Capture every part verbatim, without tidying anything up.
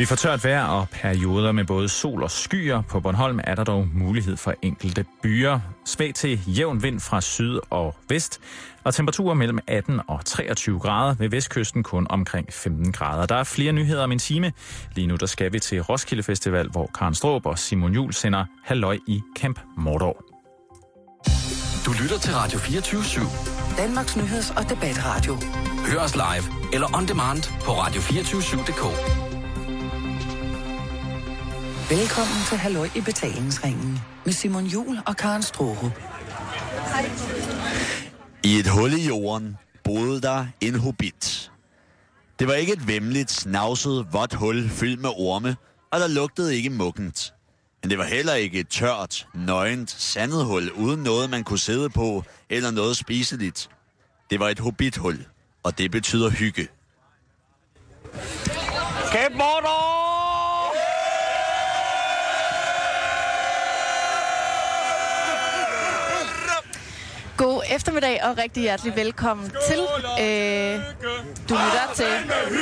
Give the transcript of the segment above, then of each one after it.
Vi får tørt vejr og perioder med både sol og skyer. På Bornholm er der dog mulighed for enkelte byer. Svag til jævn vind fra syd og vest, og temperaturer mellem atten og treogtyve grader. Ved vestkysten kun omkring femten grader. Der er flere nyheder om en time. Lige nu der skal vi til Roskilde Festival, hvor Karen Straarup og Simon Juhl sender halløj i Camp Mordor. Du lytter til Radio fireogtyve syv. Danmarks nyheds- og debatradio. Hør os live eller on demand på radio to fire syv punktum d k. Velkommen til Halløj i betalingsringen med Simon Juhl og Karen Straarup. I et hul i jorden boede der en hobbit. Det var ikke et væmmeligt, snavset, vådt hul fyldt med orme, og der lugtede ikke muggent. Men det var heller ikke et tørt, nøgent, sandet hul uden noget, man kunne sidde på eller noget spiseligt. Det var et hobbithul, og det betyder hygge. Camp Mordor! God eftermiddag og rigtig hjertelig velkommen til. Øh, du lytter til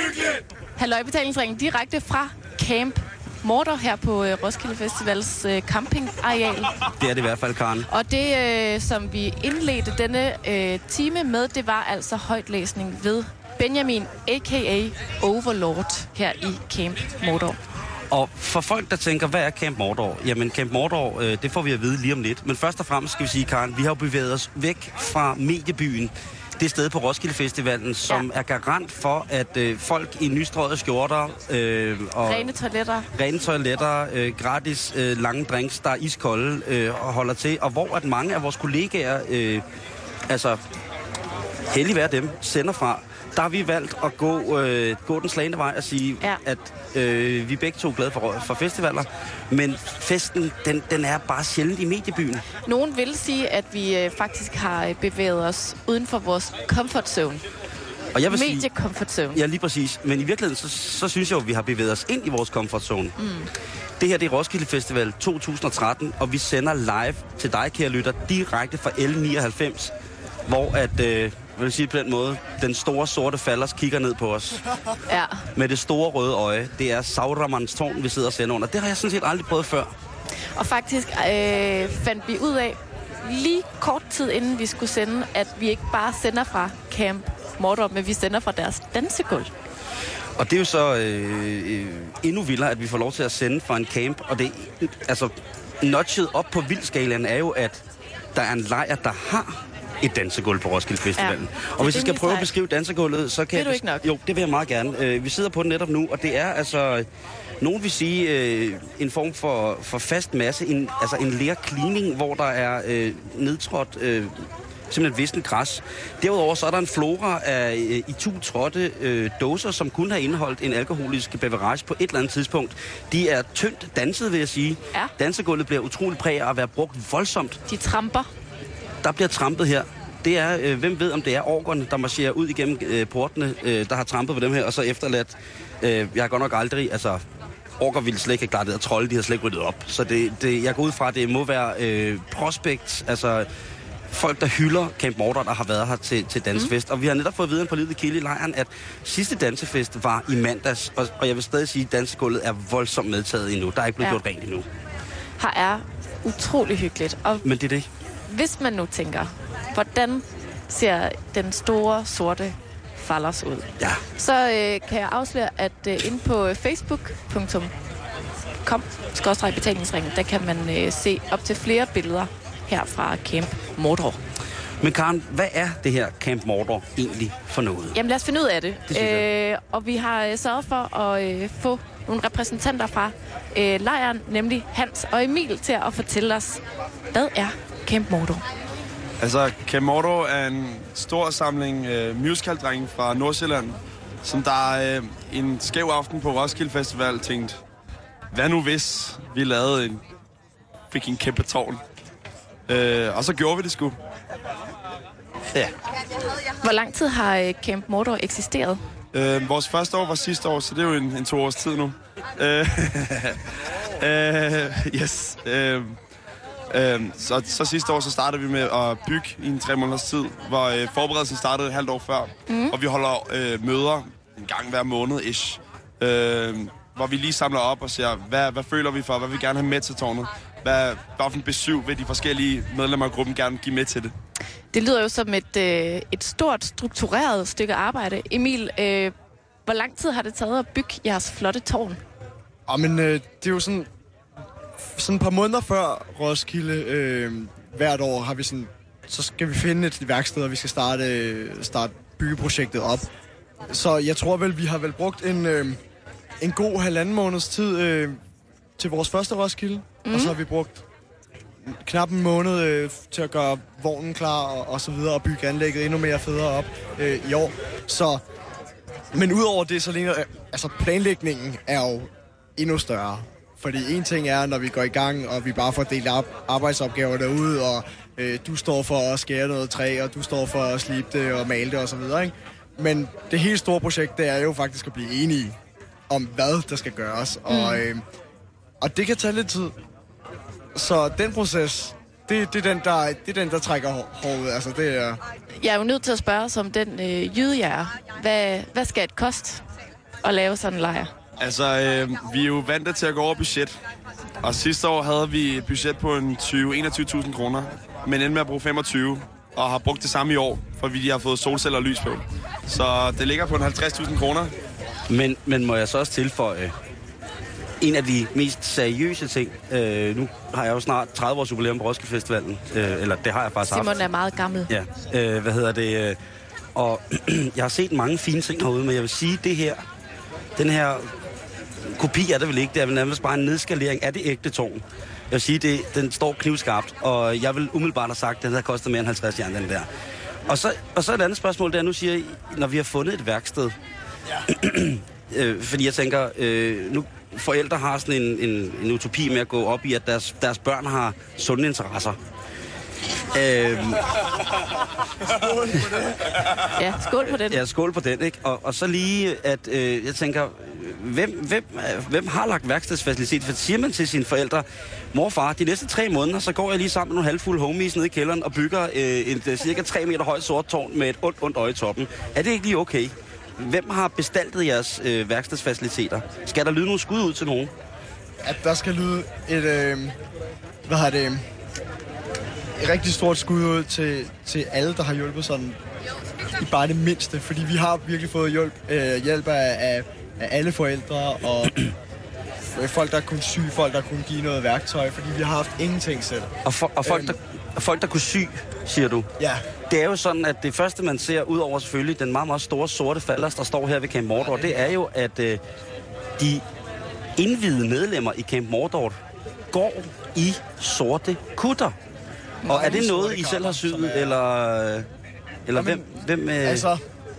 Halløj Betalingsringen direkte fra Camp Mordor her på øh, Roskilde Festivals øh, campingareal. Det er det i hvert fald, Karen. Og det, øh, som vi indledte denne øh, time med, det var altså højtlæsning ved Benjamin, a k a. Overlord, her i Camp Mordor. Og for folk, der tænker, hvad er Camp Mordor? Jamen, Camp Mordor, øh, det får vi at vide lige om lidt. Men først og fremmest skal vi sige, Karen, vi har jo bevæget os væk fra mediebyen. Det sted på Roskilde Festivalen, som ja. er garant for, at øh, folk i nystrøgede skjorter øh, og rene toiletter, rene toiletter øh, gratis øh, lange drinks, der er iskolde øh, og holder til. Og hvor at mange af vores kollegaer, øh, altså heldig være dem, sender fra. Der har vi valgt at gå, øh, gå den slagende vej og sige, ja. at øh, vi er begge to glade for, for festivaler, men festen, den, den er bare sjældent i mediebyen. Nogen vil sige, at vi øh, faktisk har bevæget os uden for vores comfort zone. Og jeg vil Medie sige, comfort zone. Ja, lige præcis. Men i virkeligheden, så, så synes jeg jo, at vi har bevæget os ind i vores comfort zone. Mm. Det her, det er Roskilde Festival to tusind og tretten, og vi sender live til dig, kære lytter, direkte fra L nioghalvfems, hvor at... Øh, vil jeg sige på den måde, den store sorte fallers kigger ned på os. Ja. Med det store røde øje. Det er Sauramans tårn, vi sidder og sender under. Det har jeg sådan set aldrig prøvet før. Og faktisk øh, fandt vi ud af, lige kort tid inden vi skulle sende, at vi ikke bare sender fra Camp Mordor, men vi sender fra deres dansegulv. Og det er jo så øh, øh, endnu vildere, at vi får lov til at sende fra en camp. Og det, altså, notchet op på vildskalaen er jo, at der er en lejr, der har et dansegulv på Roskilde Festivalen. Ja, og hvis jeg skal prøve at beskrive dansegulvet, så kan jeg... jeg... du ikke nok? Jo, det vil jeg meget gerne. Uh, vi sidder på det netop nu, og det er altså... Nogen vil sige uh, en form for, for fast masse, en, altså en lerklining, hvor der er uh, nedtrådt uh, simpelthen vistent græs. Derudover så er der en flora af uh, itu-trådte uh, dåser, som kunne have indeholdt en alkoholisk beverage på et eller andet tidspunkt. De er tyndt danset, vil jeg sige. Ja. Dansegulvet bliver utroligt præget af at være brugt voldsomt. De tramper. Der bliver trampet her. Det er, øh, hvem ved, om det er orkerne, der marcherer ud igennem øh, portene, øh, der har trampet på dem her, og så efterladt. Øh, jeg har godt nok aldrig, altså, orker ville slet ikke have klaret det, og trolde, de har slet ikke ryddet op. Så det, det, jeg går ud fra, at det må være øh, prospect, altså folk, der hylder Camp Mordor, der har været her til, til dansefest. Mm. Og vi har netop fået at vide på lille kilde i lejren, at sidste dansefest var i mandags, og, og jeg vil stadig sige, at dansegulvet er voldsomt medtaget endnu. Der er ikke blevet ja. gjort rent endnu. Her er utrolig hyggeligt. Og men det er det. Hvis man nu tænker, hvordan ser den store, sorte fallers ud? Ja. Så øh, kan jeg afsløre, at øh, inde på facebook punktum com skråstreg betalingsringen, der kan man øh, se op til flere billeder her fra Camp Mordor. Men Karen, hvad er det her Camp Mordor egentlig for noget? Jamen lad os finde ud af det. det øh, og vi har øh, sørget for at øh, få nogle repræsentanter fra øh, lejren, nemlig Hans og Emil, til at fortælle os, hvad er Camp Mordor? Altså, Camp Mordor er en stor samling øh, musicaldrenge fra Nordsjælland, som der øh, en skæv aften på Roskilde Festival tænkte, hvad nu hvis vi lavede en, fik en kæmpe tårn? Øh, og så gjorde vi det sgu. Ja. Hvor lang tid har Camp Mordor eksisteret? Øh, vores første år var sidste år, så det er jo en, en to års tid nu. Øh, øh, yes. Øh, øh, så, så sidste år så startede vi med at bygge i en tre måneders tid, hvor øh, forberedelsen startede et halvt år før. Mm. Og vi holder øh, møder en gang hver måned ish. Øh, hvor vi lige samler op og ser, hvad, hvad føler vi for, hvad vi gerne have med til tårnet. Hvad, hvad for en besøg vil de forskellige medlemmer af gruppen gerne give med til det? Det lyder jo som et, øh, et stort, struktureret stykke arbejde. Emil, øh, hvor lang tid har det taget at bygge jeres flotte tårn? Ja, men øh, det er jo sådan, sådan et par måneder før Roskilde, øh, hvert år har vi sådan, så skal vi finde et værksted, og vi skal starte, starte byggeprojektet op. Så jeg tror vel, vi har vel brugt en, øh, en god halvanden måneds tid øh, til vores første Roskilde, mm. og så har vi brugt knap en måned øh, til at gøre vognen klar og, og så videre, og bygge anlægget endnu mere federe op øh, i år. Så, men udover det, så ligner, altså planlægningen er jo endnu større. Fordi en ting er, når vi går i gang, og vi bare får delt op arbejdsopgaver derude, og øh, du står for at skære noget træ, og du står for at slibe det og male det og så videre, ikke? Men det helt store projekt, det er jo faktisk at blive enige om, hvad der skal gøres. Mm. Og, øh, og det kan tage lidt tid. Så den proces, det, det, er, den, der, det er den, der trækker hårdt. Altså, det er... Jeg er jo nødt til at spørge som den øh, jyde, jeg er. Hvad, hvad skal det koste at lave sådan en lejr? Altså, øh, vi er jo vant til at gå over budget. Og sidste år havde vi et budget på en tyve til enogtyve tusind kroner. Men endte med at bruge femogtyve, og har brugt det samme i år, for vi har fået solceller og lys på. Så det ligger på en halvtreds tusind kroner. Men, men må jeg så også tilføje, en af de mest seriøse ting, øh, nu har jeg jo snart tredive års jubilæum på Roskilde Festivalen, øh, eller det har jeg faktisk Simon haft. Simon er meget gammel. Ja, øh, hvad hedder det, øh, og jeg har set mange fine ting herude, men jeg vil sige, det her, den her kopi er det vel ikke, det er vel nærmest bare en nedskalering af det ægte tårn. Jeg vil sige, det, den står knivskarpt, og jeg vil umiddelbart have sagt, at den havde kostet mere end halvtreds jern, den der. Og så, og så et andet spørgsmål, der nu siger I, når vi har fundet et værksted, ja. øh, fordi jeg tænker, øh, nu forældre har sådan en, en, en utopi med at gå op i, at deres, deres børn har sunde interesser. Øhm. Skål på det. Ja, skål på den. Ja, skål på den, ikke? Og, og så lige, at øh, jeg tænker, hvem, hvem, hvem har lagt værkstedsfacilitet? For siger man til sine forældre, morfar, de næste tre måneder, så går jeg lige sammen med nogle halvfulde homies nede i kælderen og bygger øh, et øh, cirka tre meter højt sort tårn med et ondt, ondt øje i toppen. Er det ikke lige okay? Hvem har bestaltet jeres øh, værkstedsfaciliteter? Skal der lyde nogle skud ud til nogen? At der skal lyde et, øh, hvad har det, et rigtig stort skud ud til, til alle, der har hjulpet sådan i bare det mindste. Fordi vi har virkelig fået hjælp, øh, hjælp af, af, af alle forældre og folk, der kunne sy, folk, der kunne give noget værktøj, fordi vi har haft ingenting selv. Og, for, og folk, øhm, der, folk, der kunne sy, siger du? Ja. Det er jo sådan, at det første, man ser, ud over selvfølgelig den meget, meget store sorte fallers, der står her ved Camp Mordor, det er jo, at øh, de indvidede medlemmer i Camp Mordor går i sorte kutter. Og er det noget, I selv har syet, eller, eller hvem... hvem øh... Altså,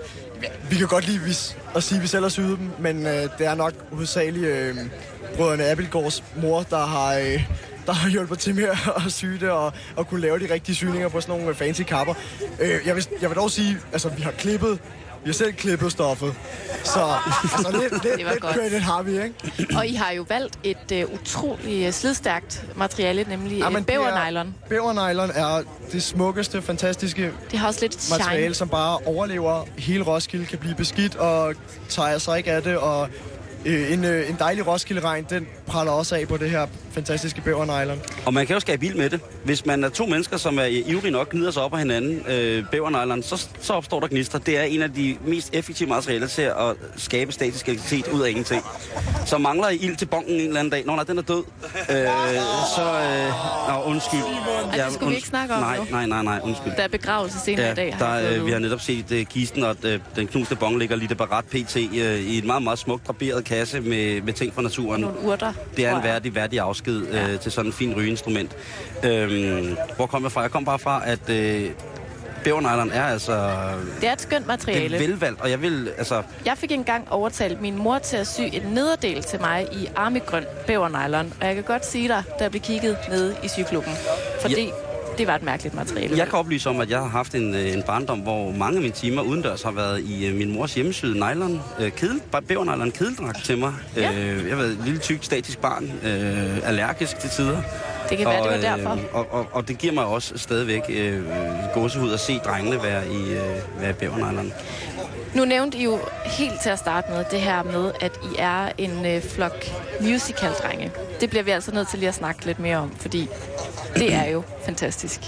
vi kan godt lide at sige, at vi selv har syet dem, men øh, det er nok hovedsageligt øh, brødrene Abildgaards mor, der har, øh, der har hjulpet til med at sy det, og, og kunne lave de rigtige syninger på sådan nogle fancy kapper. Øh, jeg, vil, jeg vil dog sige, altså vi har klippet, vi har selv klippet stoffet, så altså, lidt, lidt, lidt credit har vi, ikke? Og I har jo valgt et uh, utroligt slidstærkt materiale, nemlig ja, bævernylon. Bævernylon er det smukkeste, fantastiske det har også lidt materiale, shine, som bare overlever hele Roskilde, kan blive beskidt og tager sig ikke af det, og øh, en, øh, en dejlig Roskilde-regn, den praller også af på det her fantastiske bævernylon. Og man kan jo skabe ild med det. Hvis man er to mennesker, som er ivrige nok, gnider sig op af hinanden, øh, bævernylon, så, så opstår der gnister. Det er en af de mest effektive materialer til at skabe statisk elektricitet ud af ingenting. Så mangler I ild til bongen en eller anden dag. Nå nej, den er død. Øh, så, øh, nå, undskyld. Ja, det skulle vi ikke snakke om nej, nu. Nej, nej, nej, undskyld. Der er begravelse senere ja, i dag. Der, har øh, vi har netop set øh, kisten, og øh, den knuste bong ligger lige parat pt. Øh, i en meget, meget smukt draperet kasse med, med ting fra naturen. Nogle urter. Det er en værdig, værdig afsked øh, ja. til sådan en fin rygeinstrument. Øhm, hvor kom jeg fra? Jeg kom bare fra, at øh, bævernylon er altså... Det er et skønt materiale. Det er velvalgt, og jeg vil, altså... Jeg fik engang overtalt min mor til at sy en nederdel til mig i armigrøn bævernylon, og jeg kan godt sige dig, da jeg blev kigget nede i syklubben, fordi... Ja. Det var et mærkeligt materiale. Jeg kan oplyse om, at jeg har haft en, en barndom, hvor mange af mine timer udendørs har været i uh, min mors hjemmesyde nylon, uh, kedel, bævernylon kedeldragt til mig. Ja. Uh, jeg har været et lille, tykt, statisk barn, uh, allergisk til tider. Det kan og, være, det var derfor. Uh, og, og, og det giver mig også stadigvæk uh, gåsehud at se drengene være i uh, være bævernylon. Nu nævnte I jo helt til at starte med det her med, at I er en øh, flok musical-drenge. Det bliver vi altså nødt til lige at snakke lidt mere om, fordi det er jo fantastisk.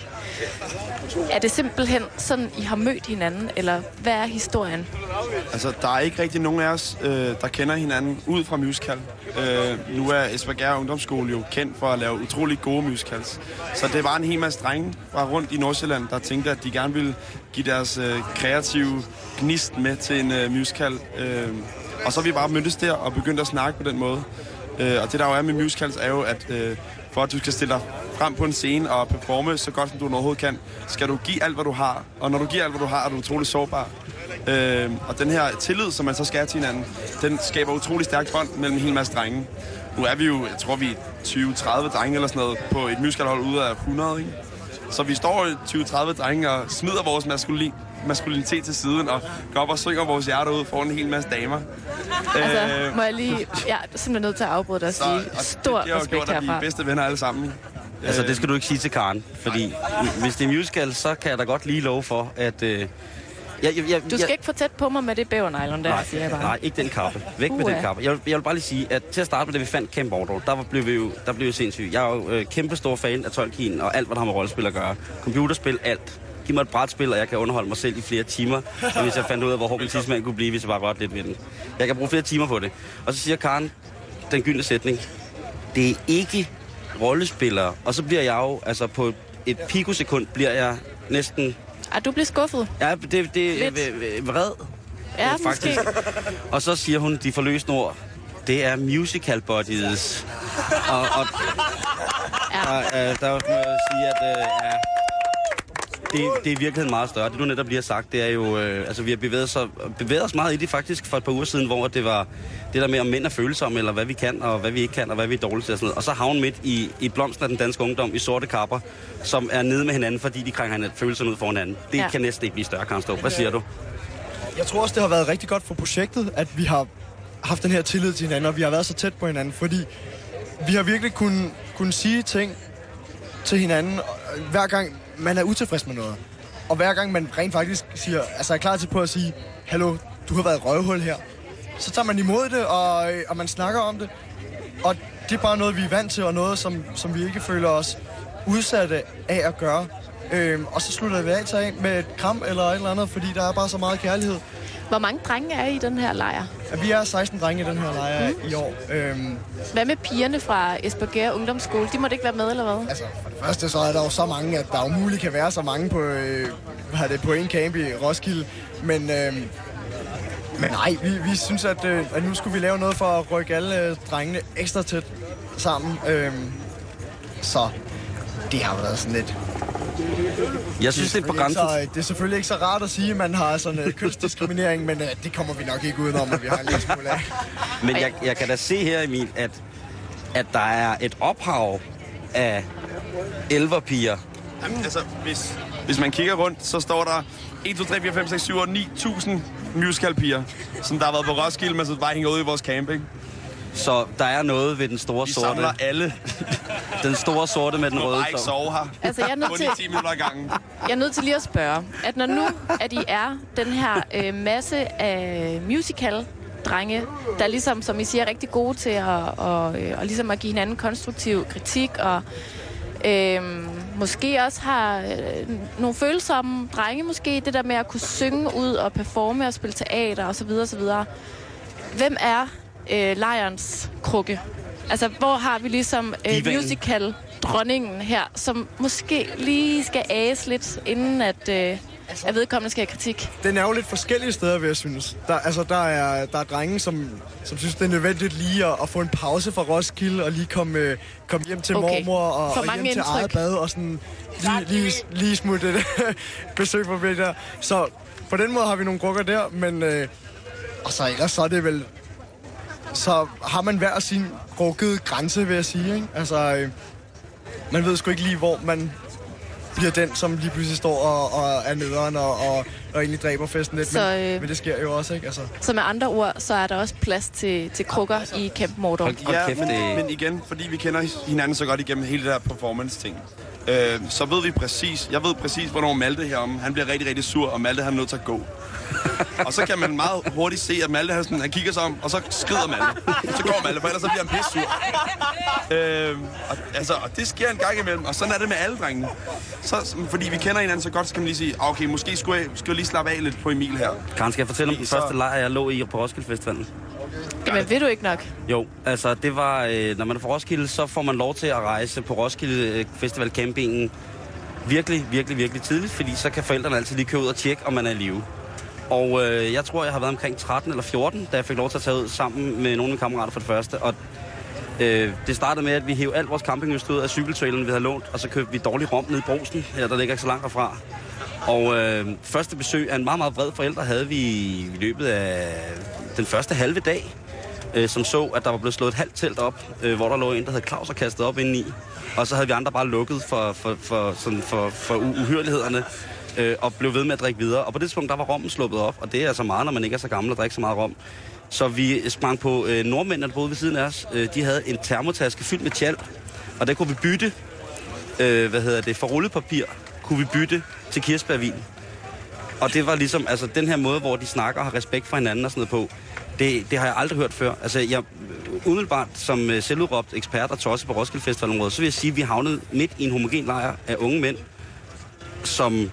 Er det simpelthen sådan, I har mødt hinanden, eller hvad er historien? Altså, der er ikke rigtig nogen af os, øh, der kender hinanden ud fra musical. Øh, nu er Espergærde Ungdomsskole jo kendt for at lave utrolig gode musicals. Så det var en hel masse drenge fra rundt i Nordsjælland, der tænkte, at de gerne ville give deres øh, kreative gnist med til en øh, musical. Øh, og så er vi bare mødtes der og begyndte at snakke på den måde. Øh, og det der jo er med musicals er jo, at øh, for at du skal stille dig frem på en scene og performe så godt, som du overhovedet kan, skal du give alt, hvad du har. Og når du giver alt, hvad du har, er du utrolig sårbar. Øh, og den her tillid, som man så skal have til hinanden, den skaber utrolig stærkt bånd mellem en hel masse drenge. Nu er vi jo, jeg tror vi er tyve til tredive drenge eller sådan noget, på et musicalhold ude af hundrede, ikke? Så vi står tyve til tredive drenge og smider vores maskulin, maskulinitet til siden og går op og synger vores hjerter ud foran en hel masse damer. Altså, øh, må jeg lige... Jeg er simpelthen nødt til at afbryde dig og sige stor respekt herfra. Det har gjort, at vi er bedste venner alle sammen. Altså, det skal du ikke sige til Karen, fordi hvis det er musical, så kan jeg da godt lige love for, at... Øh, jeg, jeg, jeg, du skal jeg, ikke få tæt på mig med det bævernejlon der, nej, siger jeg bare. Nej, ikke den kappe. Væk uh, med den kappe. Jeg, jeg vil bare lige sige, at til at starte med, da vi fandt Camp Mordor, der blev vi jo, der blev vi sindssygt. Jeg er jo øh, kæmpe stor fan af Tolkien og alt, hvad der har med rollespil at gøre. Computerspil, alt. Giv mig et brætspil, og jeg kan underholde mig selv i flere timer, hvis jeg fandt ud af, hvor hård min tidsmand kunne blive, hvis jeg bare rørte lidt ved den. Jeg kan bruge flere timer på det. Og så siger Karen den gyldne sætning. Det er ikke rollespillere. Og så bliver jeg jo, altså på et pikosekund, bliver jeg næsten... Ej, du bliver skuffet. Ja, det, det er vred. Ja, ja faktisk. Og så siger hun de forløsende ord. Det er musical bodies. og, og ja. der, øh, der må jeg sige, at øh, ja, det, det er virkelig meget større. Det du netop lige har sagt, det er jo... Øh, altså, vi har bevæget, så, bevæget os meget i det faktisk for et par uger siden, hvor det var det der med, om mænd er følsomme, eller hvad vi kan, og hvad vi ikke kan, og hvad vi er dårlige til. Og, sådan noget. Og så havner midt i, i blomsten af den danske ungdom, i sorte kapper, som er nede med hinanden, fordi de krænger følelserne ud for hinanden. Det ja. kan næsten ikke blive større, Karen Stå. Hvad siger du? Jeg tror også, det har været rigtig godt for projektet, at vi har haft den her tillid til hinanden, og vi har været så tæt på hinanden, fordi vi har virkelig kunnet, kunnet sige ting til hinanden, hver gang man er utilfreds med noget. Og hver gang man rent faktisk siger, altså er klar til på at sige, hallo, du har været et røvhul her. Så tager man imod det, og, og man snakker om det. Og det er bare noget, vi er vant til, og noget, som, som vi ikke føler os udsatte af at gøre. Øhm, og så slutter vi af til af med et kram eller et eller andet, fordi der er bare så meget kærlighed. Hvor mange drenge er I den her lejr? Ja, vi er seksten drenge i den her lejr mm. i år. Øhm, hvad med pigerne fra Espergærde Ungdomsskole? De måtte ikke være med, eller hvad? Altså, for det første så er der jo så mange, at der umuligt kan være så mange på, øh, hvad er det, på en camp i Roskilde. Men, øh, men nej, vi, vi synes, at, øh, at nu skulle vi lave noget for at rykke alle øh, drengene ekstra tæt sammen. Øh, så det har været sådan lidt... Jeg synes, det er, det er på så, det er selvfølgelig ikke så rart at sige, at man har sådan uh, kønsdiskriminering, men uh, det kommer vi nok ikke udenom, at vi har en lille smule af. Men jeg, jeg kan da se her, Emil, at, at der er et ophav af elverpiger. Jamen, altså, hvis, hvis man kigger rundt, så står der et, to, tre, fire, fem, seks, syv og ni tusind musicalpiger, som der har været på Roskilde, men så bare hænger ud i vores camping. Så der er noget ved den store vi sorte. Vi samler alle. Den store sorte med den røde. Du må ikke sove her. Altså, jeg er nødt til, ti minutter ad gangen. Jeg er nødt til lige at spørge, at når nu, at I er den her øh, masse af musical-drenge, der ligesom, som I siger, er rigtig gode til at, og, og, og ligesom at give hinanden konstruktiv kritik, og øh, måske også har øh, nogle følsomme drenge, måske det der med at kunne synge ud og performe og spille teater osv. osv. Hvem er øh, lejrens krukke? Altså, hvor har vi ligesom øh, musical-dronningen her, som måske lige skal ages lidt, inden at, øh, at vedkommende skal have kritik? Den er jo lidt forskellige steder, vil jeg synes. Der, altså, der er, der er drenge, som, som synes, det er nødvendigt lige at, at få en pause fra Roskilde, og lige komme, øh, komme hjem til okay. mormor, og, og hjem indtryk. til eget bad, og sådan lige, lige, lige smutte et besøg på det der. Så på den måde har vi nogle krukker der, men øh, og så ellers så er det vel... Så har man hver sin rukkede grænse, vil jeg sige, ikke? Altså, øh, man ved sgu ikke lige, hvor man bliver den, som lige pludselig står og, og er nederen og, og, og egentlig dræber festen lidt. Så, øh, men, men det sker jo også, ikke? Altså. Så med andre ord, så er der også plads til, til krukker altså, i Camp Mordor. Ja, men, men igen, fordi vi kender hinanden så godt igennem hele det her performance-ting, øh, så ved vi præcis, jeg ved præcis, hvornår Malte heromme, han bliver rigtig, rigtig sur, og Malte han er nødt til at gå. Og så kan man meget hurtigt se, at Malte han, sådan, han kigger sig om, og så skrider Malte. Så går Malte, for ellers så bliver han pisse sur. Øhm, og, altså, og det sker en gang imellem, og sådan er det med alle drengene. Så, fordi vi kender hinanden så godt, så kan man lige sige, okay, måske skulle jeg, skulle jeg lige slappe af lidt på Emil her. Karen, skal jeg fortælle om den så... første lejr, jeg lå i på Roskilde Festivalen? Jamen, ved du ikke nok? Jo, altså det var, øh, når man er på Roskilde, så får man lov til at rejse på Roskilde Festival campingen virkelig, virkelig, virkelig tidligt, fordi så kan forældrene altid lige køre ud og tjekke, om man er i live. Og øh, jeg tror, jeg har været omkring tretten eller fjorten, da jeg fik lov til at tage ud sammen med nogle af mine kammerater for det første. Og øh, det startede med, at vi hævde alt vores campingudstyr ud af cykeltraileren, vi havde lånt, og så købte vi dårlig rom ned i Brugsen, her der ligger ikke så langt herfra. Og øh, første besøg af en meget, meget vred forældre havde vi i løbet af den første halve dag, øh, som så, at der var blevet slået et halvt telt op, øh, hvor der lå en, der hed Claus og kastet op indeni. Og så havde vi andre bare lukket for, for, for, sådan for, for uhyrlighederne øh, og blev ved med at drikke videre. Og på det tidspunkt, der var rommen sluppet op, og det er altså meget, når man ikke er så gammel og drikker så meget rom. Så vi sprang på øh, nordmændene, der boede ved siden af os. Øh, de havde en termotaske fyldt med tjal, og der kunne vi bytte, øh, hvad hedder det, for rullepapir, kunne vi bytte til kirsebærvin. Og det var ligesom, altså den her måde, hvor de snakker og har respekt for hinanden og sådan noget på, det, det har jeg aldrig hørt før. Altså jeg, umiddelbart som uh, selvudråbt ekspert og tosse på Roskilde Festivalområdet, så vil jeg sige, at vi havnede midt i en homogen lejr af unge mænd, som,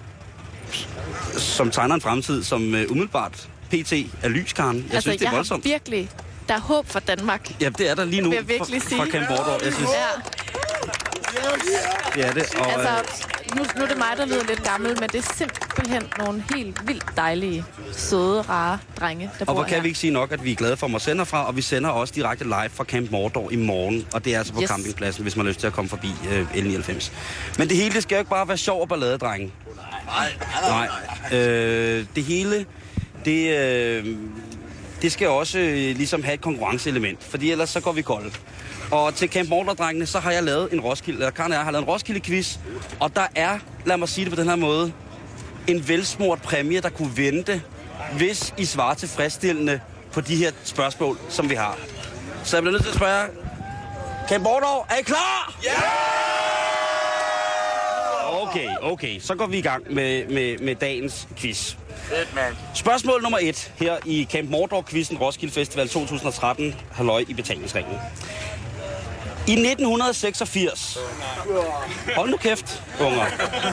som tegner en fremtid, som uh, umiddelbart P T er lyskaren. Jeg altså, synes, det er jeg voldsomt. Har virkelig, der er håb for Danmark. Ja, det er der lige nu fra, fra Camp Mordor. Jeg synes, ja. Det er det. Og, altså, nu, nu er det mig, der lyder lidt gammel, men det er simpelthen nogle helt vildt dejlige, søde, rare drenge, der bor Og hvor kan her. vi ikke sige nok, at vi er glade for at sende fra, og vi sender også direkte live fra Camp Mordor i morgen, og det er altså på yes. campingpladsen, hvis man har lyst til at komme forbi øh, L nioghalvfems. Men det hele, det skal jo ikke bare være sjov og ballade, drenge. Nej, nej, nej. Øh, det hele, det, øh, det skal også øh, ligesom have et konkurrenceelement, fordi ellers så går vi kolde. Og til Camp Mordor-drengene, så har jeg lavet en Roskilde, eller Karen og jeg har lavet en Roskilde-quiz, og der er, lad mig sige det på den her måde, en velsmurt præmie, der kunne vente, hvis I svarer tilfredsstillende på de her spørgsmål, som vi har. Så jeg bliver nødt til at spørge, Camp Mordor, er I klar? Ja! Yeah! Okay, okay, så går vi i gang med, med, med dagens quiz. Spørgsmål nummer et her i Camp Mordor-quizzen Roskilde Festival to tusind og tretten. Halløj i betalingsringen. I nitten seksogfirs... Hold nu kæft, unger.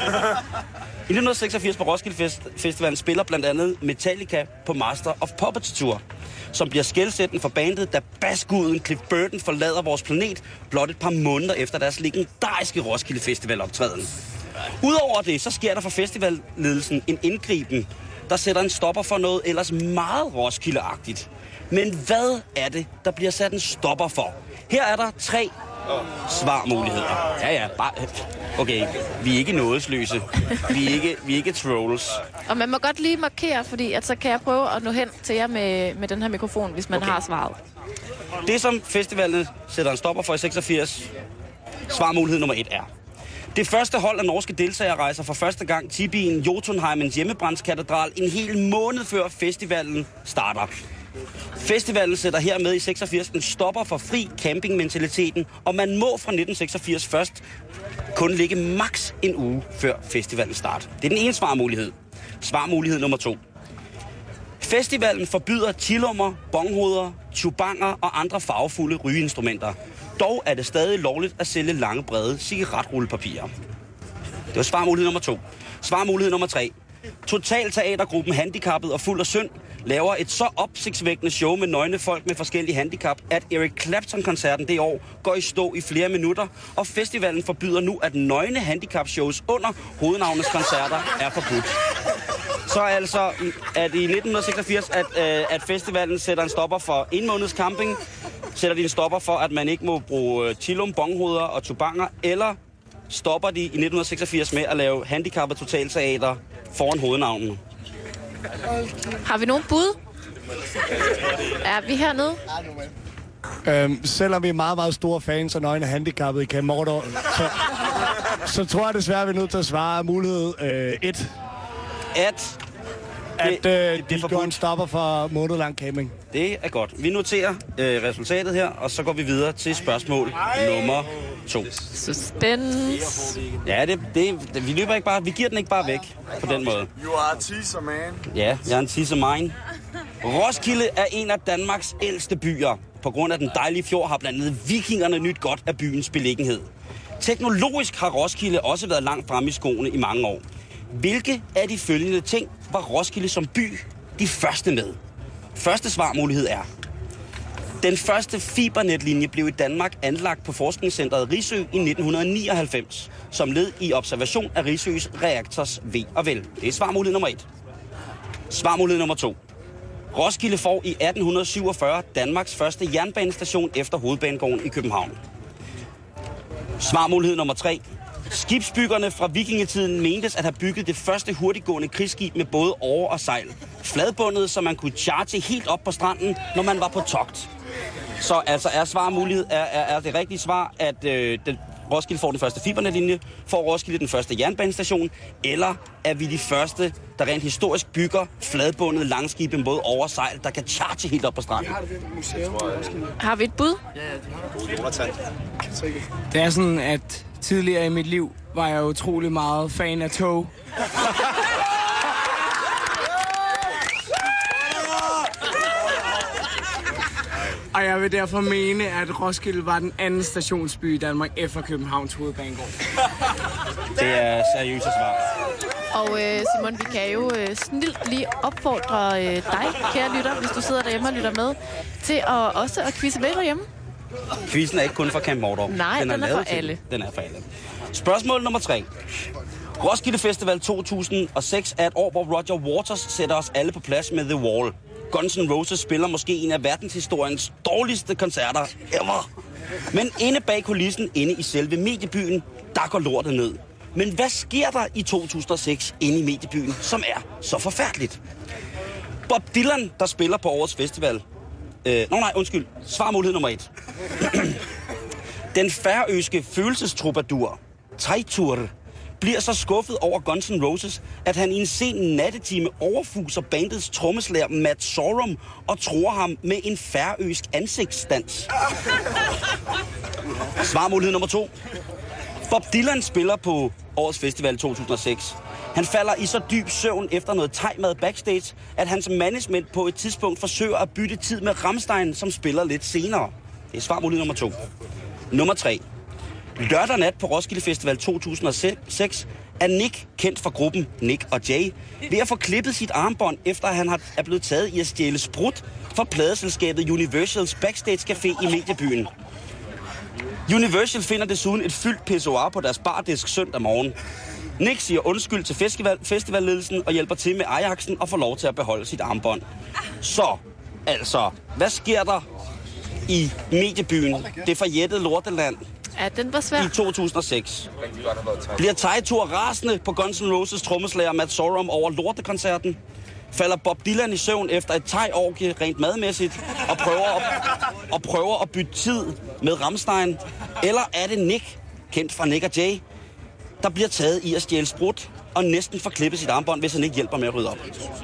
I nitten seksogfirs på Roskilde Fest- Festivalen spiller blandt andet Metallica på Master of Puppets Tour, som bliver skelsættende for bandet, da basguden Cliff Burton forlader vores planet blot et par måneder efter deres legendariske Roskilde Festival-optræden. Udover det, så sker der for festivalledelsen en indgriben, der sætter en stopper for noget ellers meget Roskilde-agtigt. Men hvad er det, der bliver sat en stopper for? Her er der tre svarmuligheder. Ja, ja, bare... Okay, vi er ikke nådesløse. Vi er ikke, vi er ikke trolls. Og man må godt lige markere, fordi at så kan jeg prøve at nå hen til jer med, med den her mikrofon, hvis man okay. har svaret. Det, som festivalen sætter en stopper for i seksogfirs, svarmulighed nummer et er: det første hold af norske deltagere rejser for første gang til byen Jotunheimens hjemmebrandskatedral en hel måned før festivalen starter. Festivalen sætter hermed i seksogfirs en stopper for fri campingmentaliteten, og man må fra nitten seksogfirs først kun ligge maks en uge før festivalen start. Det er den ene svarmulighed. Svarmulighed nummer to: festivalen forbyder chilummer, bonghoveder, chubanger og andre farvefulde rygeinstrumenter. Dog er det stadig lovligt at sælge lange, brede cigaretrullepapirer. Det var svarmulighed nummer to. Svarmulighed nummer tre: Totalteatergruppen Handicappet og Fuld af Synd laver et så opsigtsvækkende show med nøgne folk med forskellige handicap, at Eric Clapton-koncerten det år går i stå i flere minutter, og festivalen forbyder nu, at nøgne handicap-shows under hovednavnets koncerter er forbudt. Så altså, at i nitten seksogfirs, at, øh, at festivalen sætter en stopper for en måneds camping, sætter de en stopper for, at man ikke må bruge chilum, bonghoveder og tubanger, eller stopper de i nitten seksogfirs med at lave handicappet totalteater foran hovednavnene. Har vi nogen bud? Er vi hernede? Øhm, selvom vi er meget, meget store fans af nøgne handicappede i Camp Mordor, så, så tror jeg desværre, vi er nødt til at svare mulighed øh, et. At at øh, de går en stopper for månedlang camping. Det er godt. Vi noterer øh, resultatet her, og så går vi videre til spørgsmål nummer to. Suspense. Ja, det, det, det, vi løber ikke bare, vi giver den ikke bare væk på den måde. You are a teaser, man. Ja, jeg er en teaser mine. Roskilde er en af Danmarks ældste byer. På grund af den dejlige fjord har blandt andet vikingerne nyt godt af byens beliggenhed. Teknologisk har Roskilde også været langt fremme i skoene i mange år. Hvilke af de følgende ting var Roskilde som by de første med? Første svarmulighed er: den første fibernetlinje blev i Danmark anlagt på forskningscentret Risø i nitten nioghalvfems, som led i observation af Risøs reaktors ve og vel. Det er svarmulighed nummer et. Svarmulighed nummer to. Roskilde får i atten syvogfyrre Danmarks første jernbanestation efter Hovedbanegården i København. Svarmulighed nummer tre. Skibsbyggerne fra vikingetiden mentes at have bygget det første hurtiggående krigsskib med både åre og sejl. Fladbundet, så man kunne charge helt op på stranden, når man var på togt. Så altså er svarmulighed er, er, er det rigtige svar, at øh, den, Roskilde får den første fibernetlinje, får Roskilde den første jernbanestation, eller er vi de første, der rent historisk bygger fladbundet langskibe med både over og sejl, der kan charge helt op på stranden? Har vi et bud? Det er sådan, at tidligere i mit liv var jeg utrolig meget fan af tog. Og jeg vil derfor mene, at Roskilde var den anden stationsby i Danmark efter Københavns Hovedbanegård. Det er seriøse svar. Og øh, Simon, vi kan jo øh, snilt lige opfordre øh, dig, kære lytter, hvis du sidder derhjemme og lytter med, til at også at quizze med derhjemme. Quizzen er ikke kun for Camp Mordor. Nej, den er, den er for til. alle. Den er for alle. Spørgsmål nummer tre. Roskilde Festival to tusind og seks er et år, hvor Roger Waters sætter os alle på plads med The Wall. Guns N' Roses spiller måske en af verdenshistoriens dårligste koncerter ever. Men inde bag kulissen, inde i selve mediebyen, der går lortet ned. Men hvad sker der i to tusind og seks inde i mediebyen, som er så forfærdeligt? Bob Dylan, der spiller på årets festival. Øh, nå nej, undskyld. Svarmulighed nummer et. Den færøske følelsestrubadur, Teitur, bliver så skuffet over Guns N' Roses, at han i en sen nattetime overfuser bandets trommeslager Matt Sorum og tror ham med en færøsk ansigtsdans. Svarmulighed nummer to. Bob Dylan spiller på årets festival to tusind og seks. Han falder i så dyb søvn efter noget thai-mad backstage, at hans management på et tidspunkt forsøger at bytte tid med Rammstein, som spiller lidt senere. Det er svarmulighed nummer to. Nummer tre. Lørdag nat på Roskilde Festival to tusind og seks er Nick, kendt fra gruppen Nick og Jay, ved at få klippet sit armbånd, efter at han er blevet taget i at stjæle sprut fra pladeselskabet Universals Backstage Café i mediebyen. Universal finder desuden et fyldt pissoir på deres bardisk søndag morgen. Nick siger undskyld til festival, festivalledelsen og hjælper til med Ajaxen og får lov til at beholde sit armbånd. Så, altså, hvad sker der i mediebyen, det forjættede lorteland, Ja, den var svær. i to tusind og seks? Bliver Teitur rasende på Guns N' Roses trommeslager Matt Sorum over lortekoncerten? Falder Bob Dylan i søvn efter et thai-orgie rent madmæssigt og prøver, at, og prøver at bytte tid med Rammstein? Eller er det Nick, kendt fra Nick og Jay, der bliver taget i at stjæle sprut og næsten får klippet sit armbånd, hvis han ikke hjælper med at rydde op?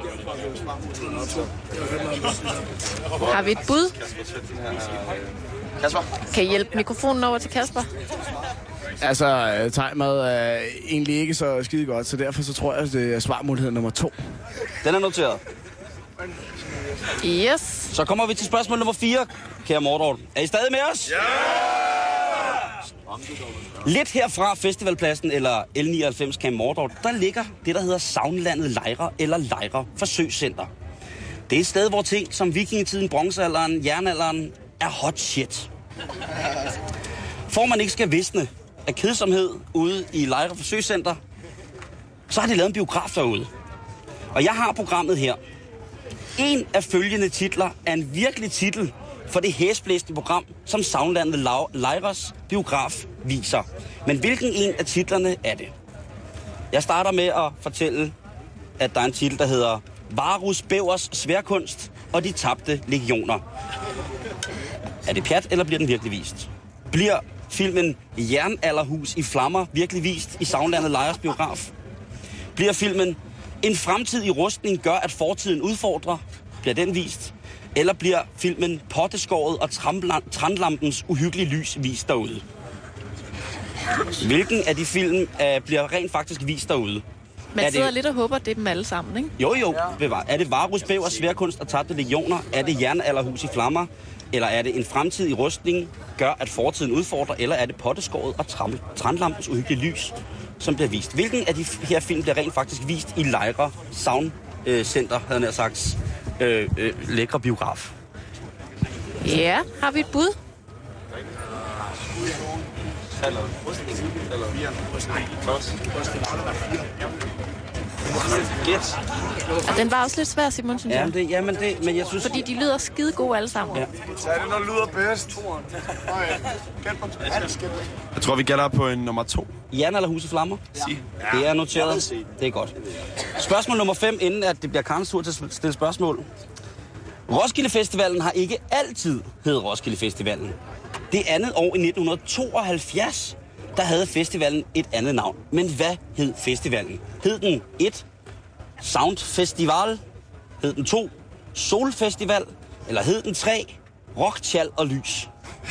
Har vi et bud? Kasper? Kan I hjælpe mikrofonen over til Kasper? Altså, thai-mad er egentlig ikke så skide godt, så derfor så tror jeg, at det er svarmulighed nummer to. Den er noteret. Yes. Så kommer vi til spørgsmål nummer fire, kære Mordor. Er I stadig med os? Ja! Lidt herfra festivalpladsen, eller L nioghalvfems Camp Mordor, der ligger det, der hedder Sagnlandet Lejre, eller Lejre Forsøgscenter. Det er et sted, hvor ting som vikingetiden, bronzealderen, jernalderen er hot shit. For man ikke skal visne af kedsomhed ude i Lejre Forsøgscenter, så har de lavet en biograf derude. Og jeg har programmet her. En af følgende titler er en virkelig titel for det hæsblæsende program, som Sagnlandet Lejres biograf viser. Men hvilken en af titlerne er det? Jeg starter med at fortælle, at der er en titel, der hedder Varus Bævers Sværkunst og de tabte legioner. Er det pjat, eller bliver den virkelig vist? Bliver filmen Jernalderhus i flammer virkelig vist i Sagnlandet Lejres biograf? Bliver filmen En fremtid i rustning gør, at fortiden udfordrer. Bliver den vist? Eller bliver filmen Potteskåret og Trandlampens uhyggelige lys vist derude? Hvilken af de film uh, bliver rent faktisk vist derude? Man er sidder det... lidt og håber, det er dem alle sammen, ikke? Jo, jo. Bevar. Er det Varus, Bæver, Sværkunst og Tabte Legioner? Er det Jernalderhus i flammer? Eller er det En fremtid i rustning gør, at fortiden udfordrer? Eller er det Potteskåret og Trandlampens uhyggelige lys, som bliver vist? Hvilken af de her film bliver rent faktisk vist i Lejre Sound øh, Center, havde jeg sagt, øh, øh, lækre biograf? Ja, har vi et bud? Gæt. Og den var også lidt svær, Simon, synes jeg. Ja, det, jamen det, men jeg synes... Fordi de lyder skide gode alle sammen. Ja. Så er det, der lyder bedst. Jeg tror, vi gætter på en nummer to. Jernalderhus i flammer? Ja. Det er noteret. Det er godt. Spørgsmål nummer fem, inden at det bliver Karens tur til at stille spørgsmål. Roskilde Festivalen har ikke altid heddet Roskilde Festivalen. Det andet år i nitten tooghalvfjerds, der havde festivalen et andet navn. Men hvad hed festivalen? Hed den et Sound Festival? Hed den to Solfestival? Eller hed den tre Rock, Tjal og Lys?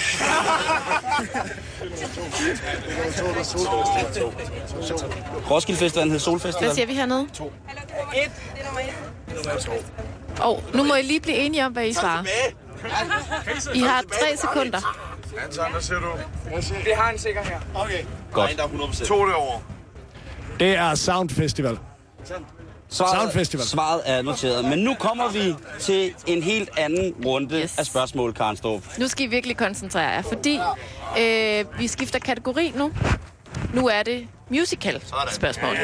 Roskilde Festivalen hed Solfestival. Hvad siger vi hernede? To. Et. Det er nummer et. Og oh, nu må I lige blive enige om, hvad I svarer. I har tre sekunder. Anton, hvad siger du? Det har en sikker her. Okay. Godt. To derovre. Det er Sound Festival. Svaret, Sound Festival. Svaret er noteret. Men nu kommer vi til en helt anden runde Yes. af spørgsmål, Karen Storp. Nu skal I virkelig koncentrere jer, fordi øh, vi skifter kategori nu. Nu er det musical-spørgsmål.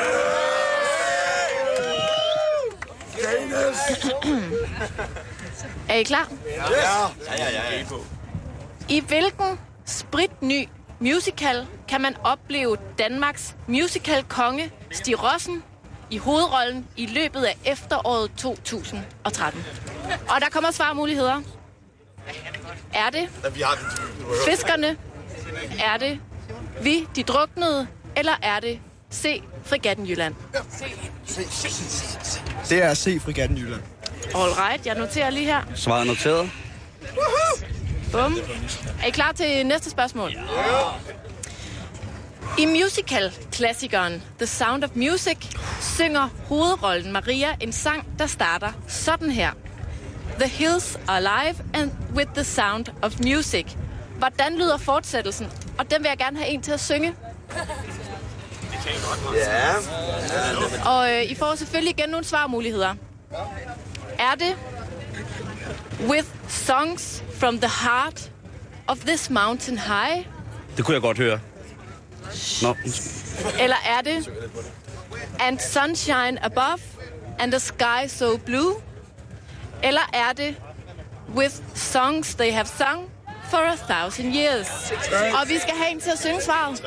Er I klar? Ja, ja, ja, ja. I hvilken spritny musical kan man opleve Danmarks musical-konge Stig Rossen i hovedrollen i løbet af efteråret to tusind og tretten? Og der kommer svarmuligheder. Er det Fiskerne? Er det Vi, de druknede? Eller er det C, Fregatten Jylland? Det er C, Fregatten Jylland. All right, jeg noterer lige her. Svaret er noteret. Bum. Er I klar til næste spørgsmål? I musical-klassikeren The Sound of Music synger hovedrollen Maria en sang, der starter sådan her. The hills are alive and with the sound of music. Hvordan lyder fortsættelsen? Og den vil jeg gerne have en til at synge. Ja. Og øh, I får selvfølgelig igen nogle svarmuligheder. Er det With songs from the heart of this mountain high? Det kunne jeg godt høre. Nå. Eller er det And sunshine above and a sky so blue? Eller er det With songs they have sung for a thousand years? Og vi skal have en til at synge svaret.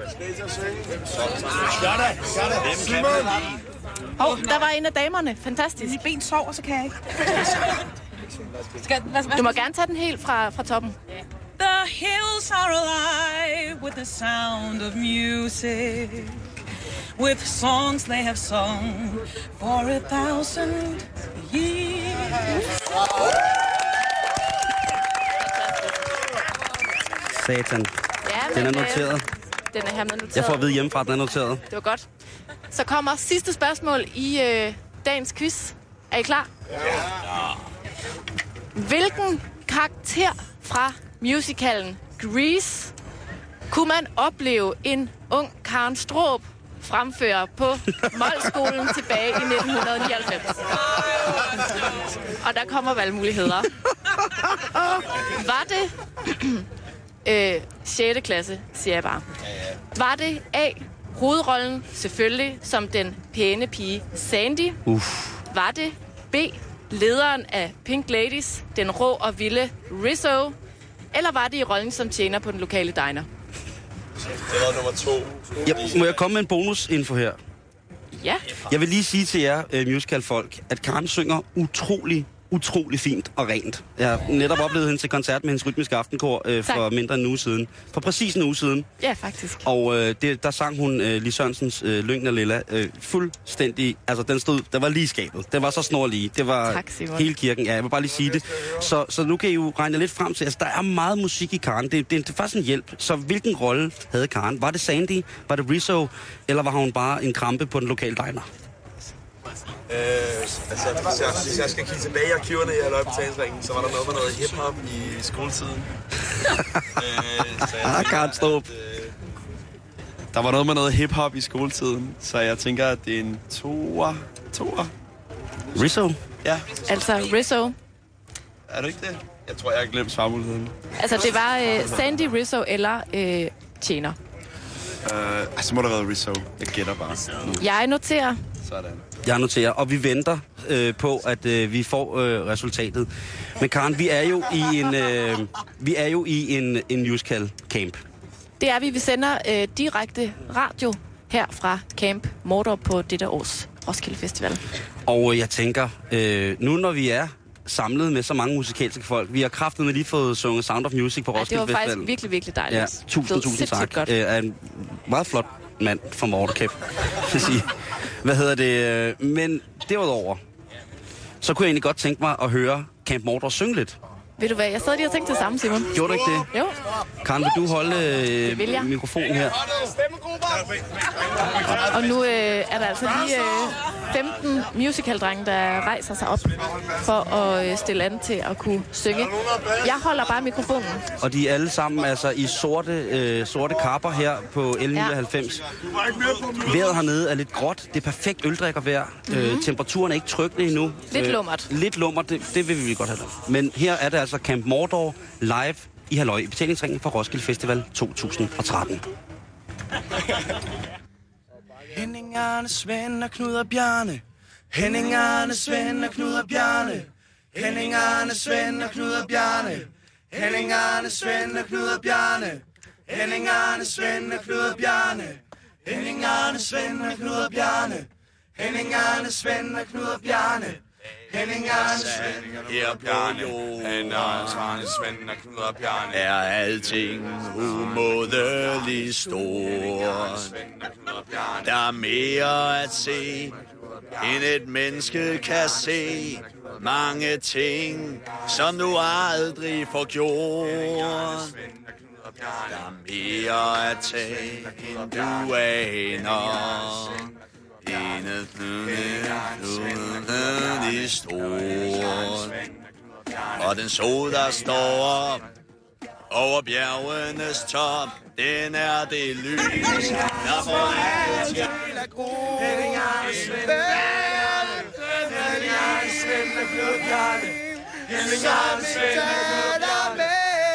Hov, oh, der var en af damerne. Fantastisk. Mit ben sover, så kan jeg ikke. Skal, hvad, hvad? Du må gerne tage den helt fra, fra toppen. The hills are alive with the sound of music, with songs they have sung for a thousand years. Satan. Ja, Den er men, øh, noteret. Den er hermed noteret. Jeg får at vide hjemmefra, at den er noteret. Det var godt. Så kommer sidste spørgsmål i øh, dagens quiz. Er I klar? Ja. Hvilken karakter fra musicalen Grease kunne man opleve en ung Karen Straarup fremføre på Molskolen tilbage i nitten nioghalvfems? Og der kommer valgmuligheder. Var det øh, sjette klasse, siger jeg bare. Var det A, hovedrollen selvfølgelig som den pæne pige Sandy? Uff. Var det B, lederen af Pink Ladies, den rå og vilde Rizzo? Eller var det i rollen som tjener på den lokale diner? Det var nummer to. Ja, må jeg komme med en bonusinfo her? Ja. Jeg vil lige sige til jer, uh, musicalfolk, at Karen synger utrolig utrolig fint og rent. Jeg har netop oplevet hende til koncert med hendes rytmiske aftenkor øh, for mindre end en uge siden. For præcis en uge siden. Ja, faktisk. Og øh, det, der sang hun øh, Lis Sørensens øh, Lyngen og Lilla øh, fuldstændig... Altså, den stod... Der var lige skabet. Det var så snorlige. Det var tak, Simon. Hele kirken. Ja, jeg vil bare lige sige det. Så, så nu kan I jo regne lidt frem til... Altså, der er meget musik i Karen. Det, det, det er faktisk en hjælp. Så hvilken rolle havde Karen? Var det Sandy? Var det Rizzo? Eller var hun bare en krampe på den lokale diner? Øh, altså, hvis jeg, hvis jeg skal kigge tilbage i arkiverne i Halløjbetalingsringen, så var der noget med noget hiphop i skoletiden. øh, så jeg tænker, at, øh, der var noget med noget hiphop i skoletiden, så jeg tænker, at det er en toer. Toer. Rizzo? Ja. Altså Rizzo. Er du ikke det? Jeg tror, jeg har glemt svarmuligheden. Altså, det var øh, Sandy, Rizzo eller øh, Tjener. Øh, altså må der have været Rizzo. Jeg gætter bare. Jeg noterer. Sådan. Jeg noterer, og vi venter øh, på, at øh, vi får øh, resultatet. Men Karen, vi er jo i en, øh, vi er jo i en, en musical camp. Det er vi. Vi sender øh, direkte radio her fra Camp Mordor på dette års Roskilde Festival. Og øh, jeg tænker, øh, nu når vi er samlet med så mange musikalske folk, vi har kraftedeme lige fået sunget Sound of Music på Roskilde Festival. Ja, det var faktisk virkelig, virkelig dejligt. Ja, tusind, tusind tak. Godt. Øh, er en meget flot mand fra Mordor, kan jeg sige. Hvad hedder det? Men derudover, så kunne jeg egentlig godt tænke mig at høre Camp Mordor synge lidt. Ved du hvad, jeg sad lige og tænkte det samme, Simon. Gjorde du ikke det? Jo. Karen, vil du holde øh, mikrofonen her? Og nu øh, er der altså lige øh, femten musicaldrenge, der rejser sig op for at øh, stille an til at kunne synge. Jeg holder bare mikrofonen. Og de er alle sammen altså i sorte, øh, sorte kapper her på L nioghalvfems. Ja. Vejret hernede er lidt gråt. Det er perfekt øldrikkervejr. Mm-hmm. Øh, temperaturen er ikke trykkende endnu. Lidt lummert. Øh, lidt lummert, det, det vil vi godt have. Men her er det altså Camp Mordor live i Halløj i betalingsringen for Roskilde Festival to tusind og tretten. Henning, Arne, Svend og Knud og Bjarne. Henning, Arne, Svend og Knud og Bjarne. Henning, Arne, Svend og Knud og Bjarne. Henning, Arne, Svend og Knud og Bjarne. Henning, Arne, Svend og Knud og Bjarne. Henning, Arne, Svend og Knud og Bjarne. Henning, Arne, Svend og Knud og Bjarne. Henning, Arne, Svend og Knud og Bjarne. Henning, Arne, Svend og Knud og Bjarne. Er alting umådeligt stort. Der er mere at se, end et menneske kan se. Mange ting, som du aldrig får gjort. Der er mere at tage, end du aner. Enet i stort. Og den sol, der står op over bjergenes top, den er det lys, der får alt til at gro. Henning, Arne, Svend og Henning, Arne, Svend og Knud og Bjarne. Henning, Arne, Svend og Knud og Bjarne.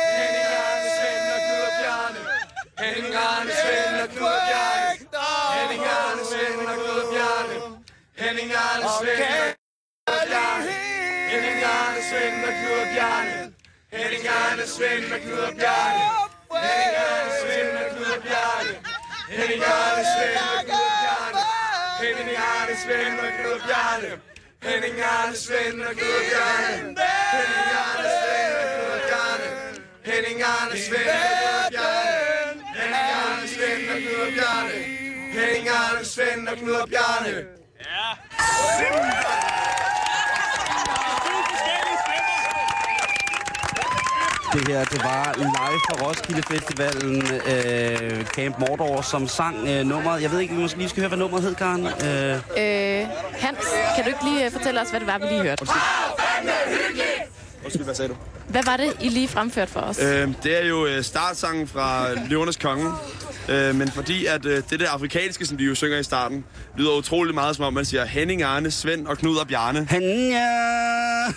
Henning, Arne, Svend og Knud og Bjarne. Henning, Arne, Svend og Knud og Bjarne. Henning, Arne, Svend og Bjarne. Henning, Arne, Svend og Knud og Bjarne. Henning, Arne, Svend og Knud og Bjarne. Henning, Arne, Svend og Knud og Bjarne. Henning, Arne, Svend og Knud og Bjarne. Henning, Arne, Svend og Knud og Bjarne. Henning, Arne, Svend og Knud og Bjarne. Henning, Arne, Svend og Knud og Bjarne. Henning, Arne, Svend og Knud og Bjarne. Henning, Arne, Svend og Knud og Bjarne. Henning, Arne, Svend og Knud og Bjarne. Ja. Det her, det var live fra Roskilde Festivalen, øh, Camp Mordor, som sang øh, nummeret. Jeg ved ikke, vi måske lige skal høre, hvad nummeret hed, Karen. Øh... Øh, Hans, kan du ikke lige fortælle os, hvad det var, vi lige hørte? Undskyld, hvad sagde du? Hvad var det, I lige fremført for os? Øh, det er jo øh, startsangen fra Løvernes Konge. Øh, men fordi at øh, det der afrikanske, som de jo synger i starten, lyder utrolig meget, som om man siger Henning, Arne, Svend og Knud og Bjarne. Henning, ja.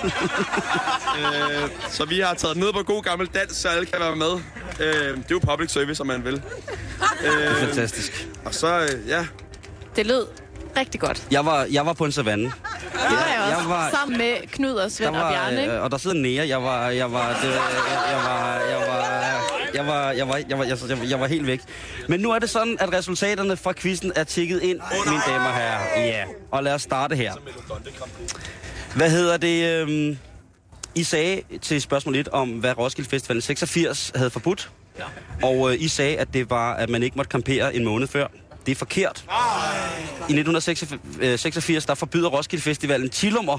øh, Så vi har taget ned på god gammel dans, så alle kan være med. Øh, det er jo public service, om man vil. Øh, det er fantastisk. Og så, øh, ja. Det lød rigtig godt. Jeg var, jeg var på en savanne. Det var jeg også, jeg var, sammen med Knud og Svend og Bjarne, ikke? Og der sidder Nea, jeg var, jeg var, det, jeg, jeg var, jeg var, jeg var, jeg var, jeg var, jeg, jeg, jeg var helt væk. Men nu er det sådan, at resultaterne fra quizzen er tikket ind, mine damer og herrer. Ja, og lad os starte her. Hvad hedder det? Øhm, I sagde til spørgsmål et om, hvad Roskilde Festival seksogfirs havde forbudt. Ja. Og øh, I sagde, at det var, at man ikke måtte campere en måned før. Det er forkert. I nitten seksogfirs, der forbyder Roskilde Festivalen chillummer.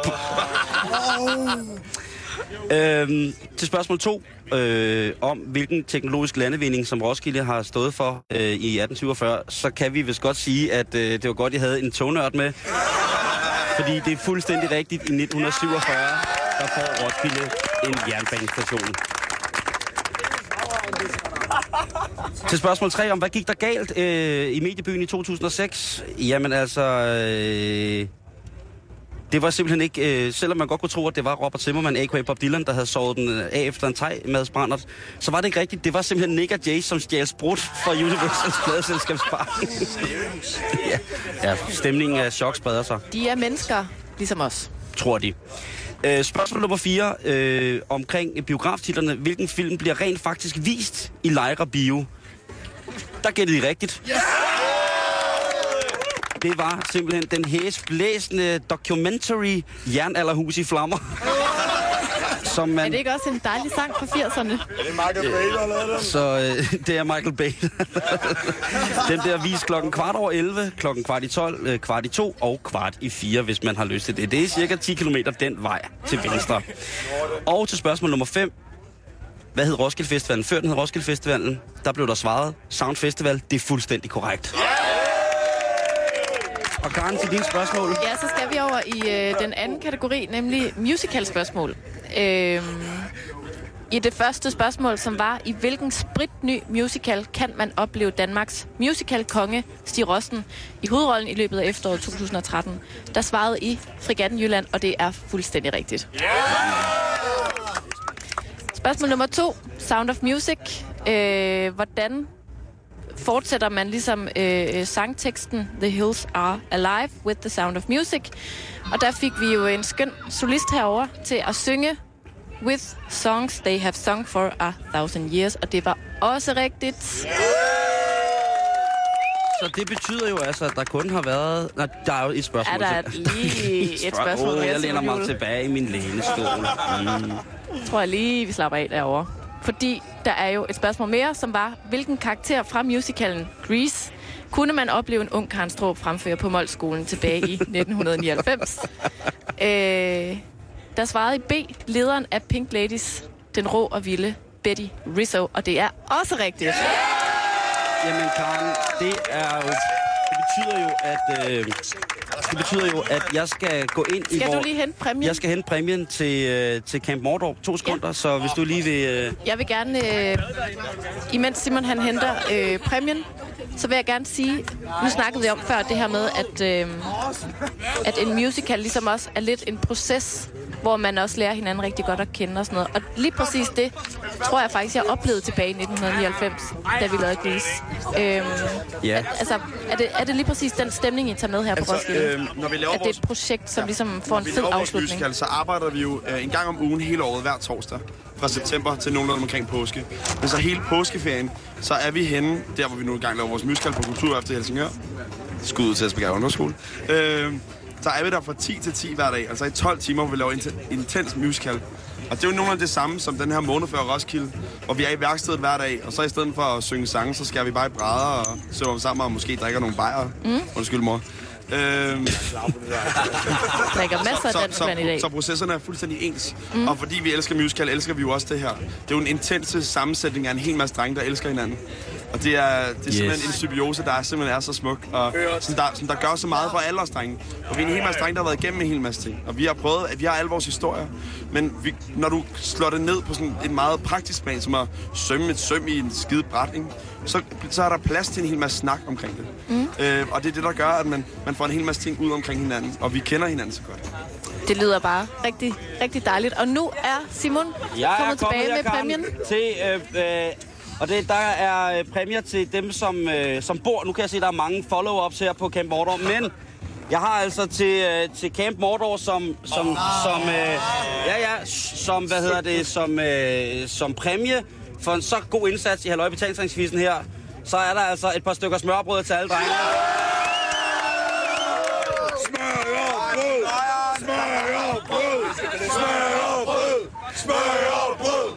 øhm, til spørgsmål to, øh, om hvilken teknologisk landevinding, som Roskilde har stået for øh, i atten syvogfyrre, så kan vi vist godt sige, at øh, det var godt, I havde en tognørd med. Fordi det er fuldstændig rigtigt. I nitten syvogfyrre, der får Roskilde en jernbanestation. Til spørgsmål tre om, hvad gik der galt øh, i mediebyen i to tusind og seks? Jamen altså, øh, det var simpelthen ikke, øh, selvom man godt kunne tro, at det var Robert Zimmermann, a k a. Bob Dylan, der havde sovet den af efter en thai-madsbrændert, så var det ikke rigtigt. Det var simpelthen Nick og Jay, som stjal sprut fra Universals pladeselskabsbar. ja, ja, stemningen af chok spreder sig. De er mennesker, ligesom os. Tror de. Øh, spørgsmål nummer fire, øh, omkring biograftiterne. Hvilken film bliver rent faktisk vist i Lejre Bio? Der gættede I rigtigt. Yeah! Det var simpelthen den hæsblæsende documentary Jernalderhus i flammer. Som man... Er det ikke også en dejlig sang fra firserne? Er det Michael Bay, der har lavet den? Så øh, det er Michael Bay. Den bliver vist klokken kvart over elleve, klokken kvart i tolv, øh, kvart i to og kvart i fire, hvis man har lyst til det. Det er cirka ti kilometer den vej til venstre. Og til spørgsmål nummer fem. Hvad hed Roskilde Festivalen? Før den hed Roskilde Festivalen, der blev der svaret Sound Festival. Det er fuldstændig korrekt. Og Karen, til dine spørgsmål. Ja, så skal vi over i øh, den anden kategori, nemlig musical-spørgsmål. Øh, I det første spørgsmål, som var, i hvilken spritny musical kan man opleve Danmarks musical-konge, Stig Rossen, i hovedrollen i løbet af efteråret to tusind og tretten? Der svarede I Fregatten Jylland, og det er fuldstændig rigtigt. Spørgsmål nummer to, Sound of Music. Øh, hvordan fortsætter man ligesom øh, sangteksten The Hills Are Alive with the Sound of Music? Og der fik vi jo en skøn solist herover til at synge With Songs They Have Sung for a Thousand Years, og det var også rigtigt. Så det betyder jo altså, at der kun har været... Nej, der er jo et spørgsmål. Er der lige et spørgsmål? Oh, jeg læner mig tilbage i min lænestol. Mm. Tror jeg lige, vi slapper af derovre. Fordi der er jo et spørgsmål mere, som var, hvilken karakter fra musicalen Grease kunne man opleve en ung Karen Straarup fremføre på Molskolen tilbage i nitten nioghalvfems? øh, der svarede I B, lederen af Pink Ladies, den rå og vilde Betty Rizzo, og det er også rigtigt. Jamen Karen, det er jo... Det betyder jo, at... Øh, det betyder jo, at jeg skal gå ind i... Skal du lige hente præmien? Jeg skal hente præmien til, øh, til Camp Mordor. To sekunder, ja. Så hvis du lige vil... Øh... Jeg vil gerne... Øh, imens Simon han henter øh, præmien, så vil jeg gerne sige... Nu snakkede vi om før det her med, at, øh, at en musical ligesom også er lidt en proces, hvor man også lærer hinanden rigtig godt at kende og sådan noget. Og lige præcis det, tror jeg faktisk, jeg oplevede tilbage i nitten nioghalvfems, da vi lavede Grease. Øhm, ja. Altså, er det, er det lige præcis den stemning, I tager med her på altså, Roskilde? Øh, når vi laver at det er et projekt, som ja. ligesom får en fed afslutning? Musical, så arbejder vi jo øh, en gang om ugen hele året, hver torsdag. Fra september til nogenlunde omkring påske. Men så hele påskeferien, så er vi henne, der hvor vi nu engang laver vores musical på Kulturværftet i Helsingør. Skud ud til Esbjerg Ungdomsskole. Øh, så er vi der fra ti til ti hver dag, altså i tolv timer, hvor vi laver en intens musical. Og det er jo nogenlunde det samme som den her måned før Roskilde, hvor vi er i værkstedet hver dag, og så i stedet for at synge sange, så skal vi bare i brædder og søger sammen og måske drikker nogle bajere. Mm. Undskyld, mor. Øhm, drikker masser af dansk vand i dag. Så processerne er fuldstændig ens. Mm. Og fordi vi elsker musical, elsker vi jo også det her. Det er jo en intense sammensætning af en hel masse drenge, der elsker hinanden. Og det er, det er yes. simpelthen en symbiose, der er, simpelthen er så smuk, og som der, som der gør så meget for alle os drenge. Og vi er en hel masse drenge, der har været igennem en hel masse ting. Og vi har prøvet, at vi har alle vores historier. Men vi, når du slår det ned på sådan en meget praktisk plan, som at sømme et søm i en skide brætning, så, så er der plads til en hel masse snak omkring det. Mm. Øh, og det er det, der gør, at man, man får en hel masse ting ud omkring hinanden. Og vi kender hinanden så godt. Det lyder bare rigtig, rigtig dejligt. Og nu er Simon jeg kommet er tilbage med præmien. Til, øh, øh, og det, der er øh, præmier til dem, som, øh, som bor. Nu kan jeg se, at der er mange follow-ups her på Camp Mordor. Men jeg har altså til, øh, til Camp Mordor som, som, oh. som, øh, ja, ja, som, hvad hedder det, som, øh, som præmie for en så god indsats i Halløj Betalingsringsquizzen her. Så er der altså et par stykker smørbrød til alle drenge. Smørbrød! Smørbrød! Smørrebrød! Smørrebrød!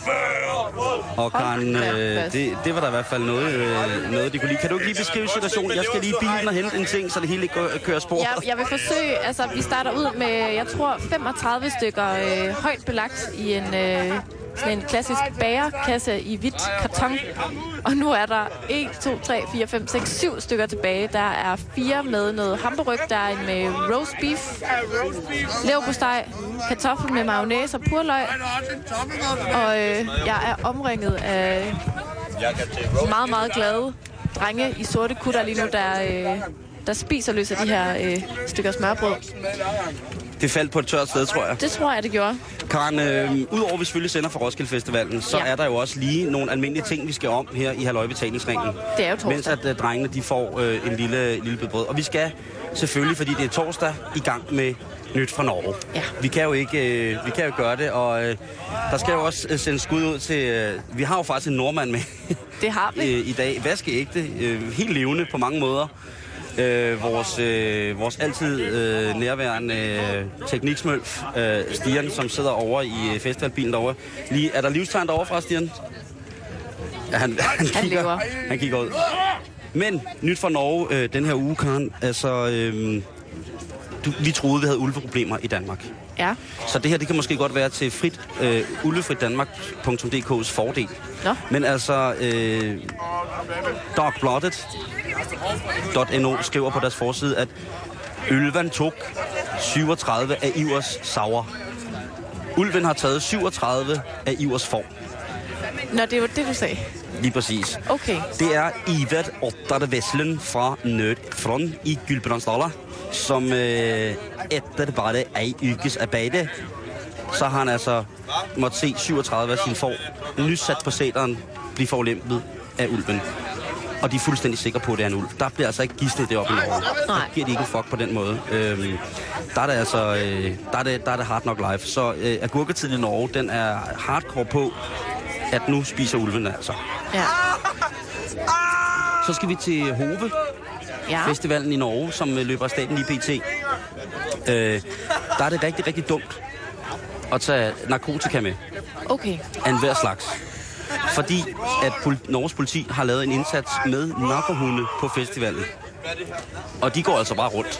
Og Karen, øh, det, det var der i hvert fald noget, øh, noget, de kunne lide. Kan du ikke lige beskrive situationen? Jeg skal lige i bilen og hente en ting, så det hele ikke kører spor. Jeg, jeg vil forsøge, altså vi starter ud med, jeg tror, femogtredive stykker øh, højt belagt i en, øh, sådan en klassisk bagerkasse i hvidt karton. Og nu er der en, to, tre, fire, fem, seks, syv stykker tilbage. Der er fire med noget hamburg, der er en med roast beef, leverpostej, kartoffel med mayonnaise og purløg. Og øh, jeg er omringet af meget, meget glade drenge i sorte kutter lige nu, der, øh, der spiser løs af de her øh, stykker smørbrød. Det faldt på et tørt sted, tror jeg. Det tror jeg, det gjorde. Karen, øh, udover at vi selvfølgelig sender fra Roskilde Festivalen, så ja. er der jo også lige nogle almindelige ting, vi skal om her i Halløj Betalingsringen. Det er jo torsdag. Mens at øh, drengene de får øh, en lille, lille bid brød. Og vi skal selvfølgelig, fordi det er torsdag, i gang med nyt fra Norge. Ja. Vi kan jo ikke, øh, vi kan jo gøre det, og øh, der skal jo også øh, sendes skud ud til... Øh, vi har jo faktisk en nordmand med. Det har vi. øh, I dag. Vaskeægte. Øh, helt levende på mange måder. Øh, vores, øh, vores altid øh, nærværende øh, tekniksmølf, øh, Stian, som sidder over i øh, festivalbilen derovre. Lige, er der livstegn derovre fra, Stian? Ja, han, han, han kigger, lever. Han kigger ud. Men nyt fra Norge øh, den her uge, Karen. Altså, øh, du, vi troede, vi havde ulveproblemer i Danmark. Ja. Så det her, det kan måske godt være til frit, øh, ulvefritdanmark punktum d k's fordel. Nå. Men altså, øh, Dagbladet .no skriver på deres forside, at Ulven tog syvogtredive af Ivers sauer. Ulven har taget syvogtredive af Ivers får. Nå, det var det, du sagde. Lige præcis. Okay. Det er Iver Otter Vesselen fra Nødfront i Gulbrandsdala, som øh, efter bare ei ukes arbejde, så har han altså måtte se syvogtredive af sine får nysat på sæteren blive forulempet af ulven. Og de er fuldstændig sikre på, at det er en ulv. Der bliver altså ikke gisnet det op i Norge. Nej. Der giver de ikke fuck på den måde. Øhm, der er det altså øh, der er det, der er det hard nok live. Så øh, agurketiden i Norge, den er hardcore på, at nu spiser ulven altså. Ja. Så skal vi til Hove. Ja. Festivalen i Norge, som øh, løber af staten i P T. Øh, der er det rigtig, rigtig dumt at tage narkotika med. Okay. Af enhver slags. Fordi at pol- Norges politi har lavet en indsats med narkohunde på festivalen. Og de går altså bare rundt.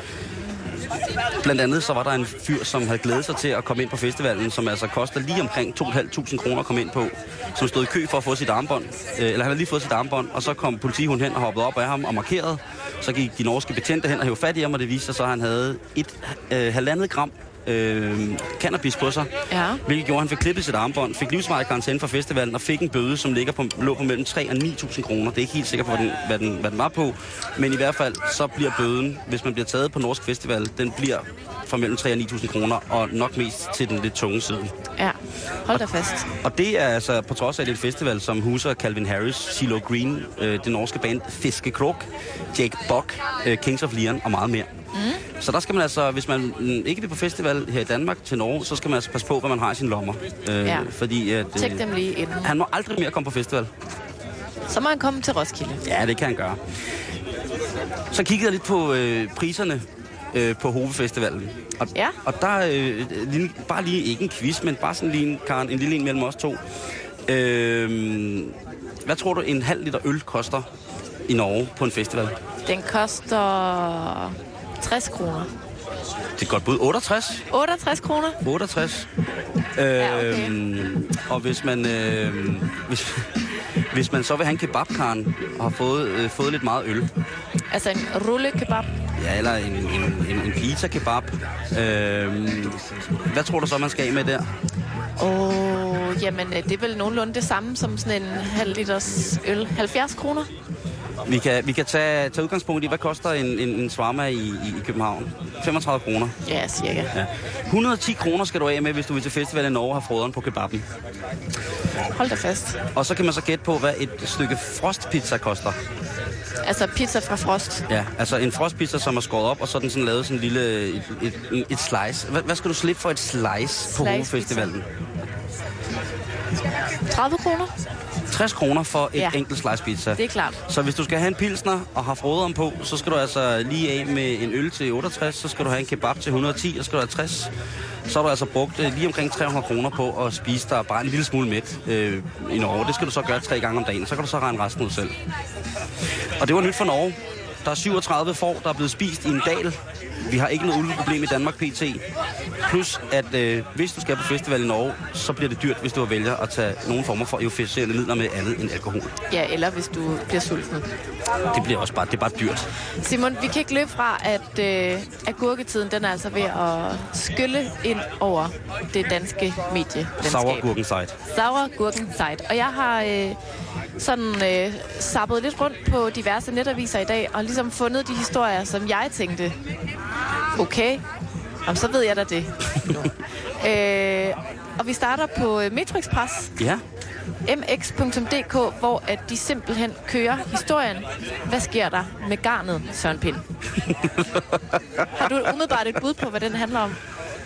Blandt andet så var der en fyr, som havde glædet sig til at komme ind på festivalen, som altså koster lige omkring to tusind fem hundrede kroner at komme ind på, som stod i kø for at få sit armbånd. Eller han havde lige fået sit armbånd, og så kom politihunden hen og hoppede op af ham og markerede. Så gik de norske betjente hen og hævde fat i ham, og det viste sig så, at han havde et øh, halvandet gram Øh, cannabis på sig, ja. Hvilket gjorde, at han fik klippet sit armbånd, fik livsvarig karantæne fra festivalen og fik en bøde, som ligger på, lå på mellem tre og ni tusind kroner. Det er ikke helt sikkert på, hvad den, hvad, den, hvad den var på, men i hvert fald så bliver bøden, hvis man bliver taget på Norsk Festival, den bliver fra mellem tre og ni tusind kroner, og nok mest til den lidt tunge side. Ja, hold da fast. Og det er altså på trods af det festival, som huser Calvin Harris, CeeLo Green, øh, det norske band Fiskekrog, Jake Buck, øh, Kings of Leon og meget mere. Mm. Så der skal man altså, hvis man ikke vil på festival her i Danmark til Norge, så skal man altså passe på, hvad man har i sine lommer. Øh, ja. Fordi at, øh, tjek dem lige inden. Han må aldrig mere komme på festival. Så må han komme til Roskilde. Ja, det kan han gøre. Så kiggede jeg lidt på øh, priserne øh, på Hove-festivalen. Og, ja. og der øh, lige, bare lige, ikke en quiz, men bare sådan lige en, Karen, en lille en mellem os to. Øh, hvad tror du, en halv liter øl koster i Norge på en festival? Den koster tres kroner. Det er et godt bud. otteogtres. otteogtres kroner? otteogtres. Ja, okay. Øhm, og hvis man, øh, hvis, hvis man så vil have en kebabkaren og har fået, øh, fået lidt meget øl. Altså en rulle kebab? Ja, eller en, en, en, en pizza kebab. Øh, hvad tror du så, man skal af med der? Åh, oh, jamen det er vel nogenlunde det samme som sådan en halv liters øl. halvfjerds kroner? Vi kan, vi kan tage, tage udgangspunkt i, hvad koster en, en, en shawarma i, i, i København? femogtredive kroner. Ja, cirka. Ja. et hundrede og ti kroner skal du af med, hvis du vil til festivalen i Norge og har froderen på kebaben. Hold da fast. Og så kan man så gætte på, hvad et stykke frostpizza koster. Altså pizza fra Frost? Ja, altså en frostpizza, som er skåret op, og så er den sådan lavet sådan en lille et, et, et slice. Hvad, hvad skal du slippe for et slice, slice på Hove-festivalen? tredive kroner? tres kroner for et Ja. enkelt slice pizza. Det er klart. Så hvis du skal have en pilsner og har froderen på, så skal du altså lige af med en øl til otteogtres, så skal du have en kebab til et hundrede og ti, og så skal du have tres. Så har du altså brugt øh, lige omkring tre hundrede kroner på at spise dig bare en lille smule mæt øh, i Norge. Det skal du så gøre tre gange om dagen, så kan du så regne resten ud selv. Og det var nyt for Norge. Der er syvogtredive får, der er blevet spist i en dal. Vi har ikke noget ulveproblem i Danmark P T. Plus, at øh, hvis du skal på festival i Norge, så bliver det dyrt, hvis du vælger at tage nogle former for euforiserende midler med andet end alkohol. Ja, eller hvis du bliver sulten. Det bliver også bare, det er bare dyrt. Simon, vi kan ikke løbe fra, at øh, agurketiden den er altså ved at skylle ind over det danske medielandskab. Sauergurkenzeit. Sauergurkenzeit. Og jeg har øh, sådan øh, sappet lidt rundt på diverse netaviser i dag, og ligesom fundet de historier, som jeg tænkte, okay, og så ved jeg da det. øh, og vi starter på øh, Metro Express. Ja. M X punktum d k, hvor at de simpelthen kører historien. Hvad sker der med garnet, Søren Pind? Har du umiddelbart et bud på, hvad den handler om?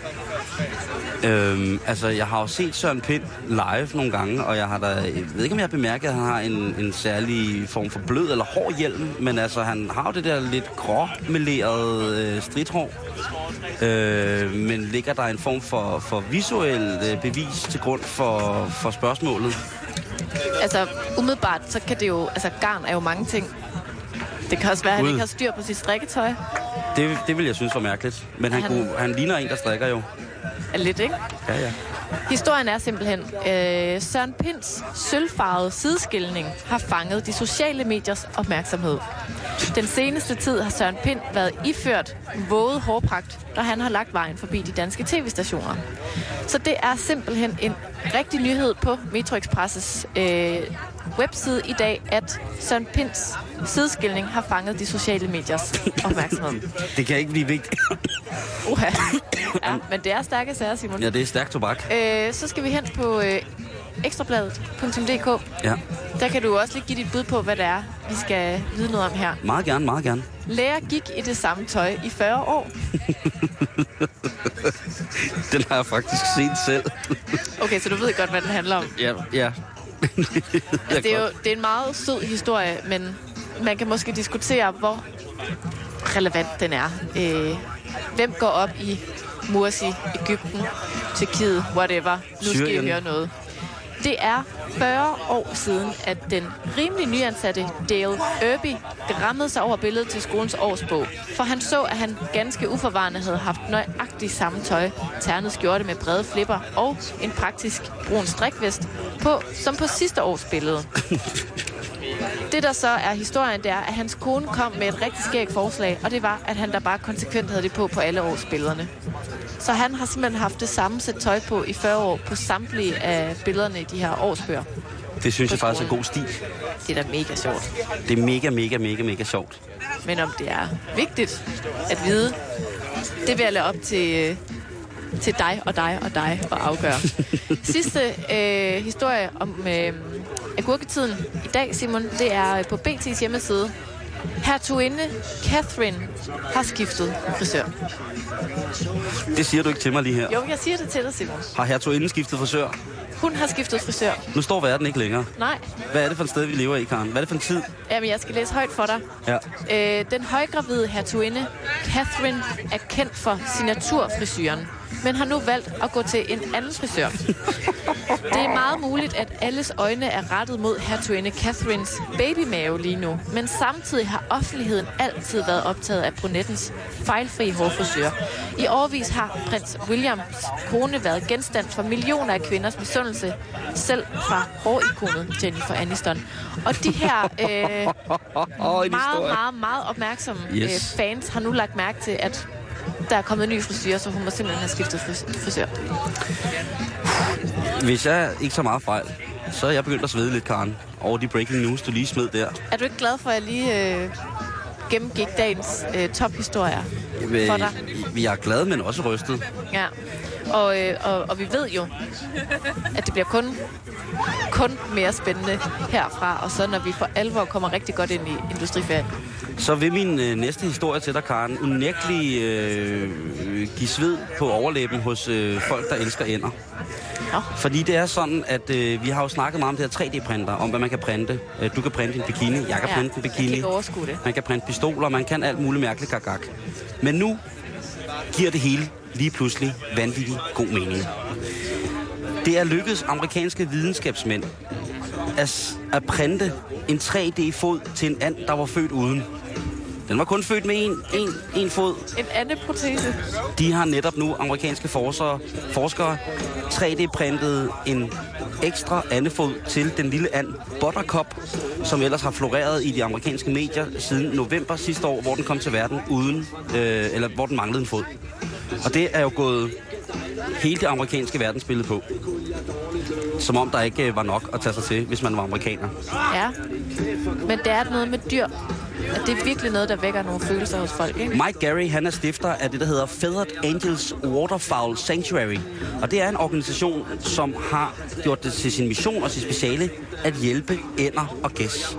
Øhm, altså, jeg har jo set Søren Pind live nogle gange, og jeg har da, jeg ved ikke, om jeg har bemærket, at han har en, en særlig form for blød eller hård hjelm, men altså, han har jo det der lidt gråmelerede øh, stridthår. Øh, men ligger der en form for, for visuel øh, bevis til grund for, for spørgsmålet? Altså, umiddelbart, så kan det jo, altså, garn er jo mange ting. Det kan også være, at han Ud. ikke har styr på sit strikketøj. Det, det vil jeg synes var mærkeligt. Men han, Han- han... Kunne, han ligner en, der strikker jo. Er lidt, ikke? Ja, ja. Historien er simpelthen, øh, Søren Pinds sølvfarvede sideskilning har fanget de sociale mediers opmærksomhed. Den seneste tid har Søren Pind været iført våget hårpragt, da han har lagt vejen forbi de danske tv-stationer. Så det er simpelthen en rigtig nyhed på Metro Express' øh, webside i dag, at Søren Pinds sideskilning har fanget de sociale mediers opmærksomhed. Det kan ikke blive vigtigt. Uha. Ja, men det er stærke sager, Simon. Ja, det er stærk tobak. Øh, så skal vi hen på øh, ekstrabladet punktum d k. Ja. Der kan du også lige give dit bud på, hvad det er, vi skal vide noget om her. Meget gerne, meget gerne. Lærer gik i det samme tøj i fyrre år. Den har jeg faktisk set selv. Okay, så du ved godt, hvad den handler om. Ja, ja. Altså, det er jo det er en meget sød historie, men man kan måske diskutere, hvor relevant den er. Øh, hvem går op i Mursi, Egypten, Tyrkiet, whatever. Nu skal I Syrien. høre noget. Det er fyrre år siden, at den rimelig nyansatte Dale Irby grammede sig over billedet til skolens årsbog. For han så, at han ganske uforvarende havde haft nøjagtigt samme tøj, ternet skjorte med brede flipper og en praktisk brun strikvest på, som på sidste års billede. Det, der så er historien, det er, at hans kone kom med et rigtig skægt forslag, og det var, at han der bare konsekvent havde det på på alle årsbillederne. Så han har simpelthen haft det samme sæt tøj på i fyrre år på samtlige af billederne i de her årsbøger. Det synes på jeg faktisk er skolen. god stil. Det er da mega sjovt. Det er mega, mega, mega, mega sjovt. Men om det er vigtigt at vide, det vil jeg lade op til, til dig og dig og dig at afgøre. Sidste øh, historie om øh, agurketiden i dag, Simon, det er på B T's hjemmeside. Hertuginde Catherine har skiftet frisør. Det siger du ikke til mig lige her. Jo, jeg siger det til dig, Simon. Har hertuginden skiftet frisør? Hun har skiftet frisør. Nu står verden ikke længere. Nej. Hvad er det for et sted, vi lever i, Karen? Hvad er det for en tid? Jamen, jeg skal læse højt for dig. Ja. Øh, den højgravide hertuginde Catherine er kendt for signaturfrisyren, men har nu valgt at gå til en anden frisør. Det er meget muligt, at alles øjne er rettet mod hertuginde Catherines babymave lige nu, men samtidig har offentligheden altid været optaget af brunettens fejlfri hårfrisør. I årevis har prins Williams kone været genstand for millioner af kvinders misundelse, selv fra hårikonet Jennifer Aniston. Og de her øh, meget, meget, meget opmærksomme Yes. øh, fans har nu lagt mærke til, at der er kommet en ny frisyr, så hun må simpelthen have skiftet fris- frisør. Hvis jeg ikke så meget fejl, så er jeg begyndt at svede lidt, Karen, over de breaking news, du lige smed der. Er du ikke glad for, at jeg lige øh, gennemgik dagens øh, tophistorier for dig? Vi er glade, men også rystet. Ja. Og, øh, og, og vi ved jo, at det bliver kun, kun mere spændende herfra, og så når vi for alvor kommer rigtig godt ind i industriferien. Så vil min øh, næste historie til dig, Karen, unægtelig øh, give sved på overlæben hos øh, folk, der elsker ænder. Ja. Fordi det er sådan, at øh, vi har jo snakket meget om det her tre D-printer, om hvad man kan printe. Øh, du kan printe en bikini, jeg kan Ja, printe en bikini. jeg kan ikke overskue det. Man kan printe pistoler, man kan alt muligt mærkeligt gak-gak. Men nu giver det hele lige pludselig vanvittig god mening. Det er lykkedes amerikanske videnskabsmænd at, at printe en tre D-fod til en and, der var født uden. Den var kun født med en, en, en fod. En andeprotese. De har netop nu, amerikanske forskere, forskere tre D-printet en ekstra andefod til den lille and Buttercup, som ellers har floreret i de amerikanske medier siden november sidste år, hvor den kom til verden uden, øh, eller hvor den manglede en fod. Og det er jo gået hele det amerikanske verdensbillede på. Som om der ikke var nok at tage sig til, hvis man var amerikaner. Ja, men det er noget med dyr. At det er virkelig noget, der vækker nogle følelser hos folk, ikke? Mike Gary, han er stifter af det, der hedder Feathered Angels Waterfowl Sanctuary. Og det er en organisation, som har gjort det til sin mission og sit speciale at hjælpe ænder og gæs.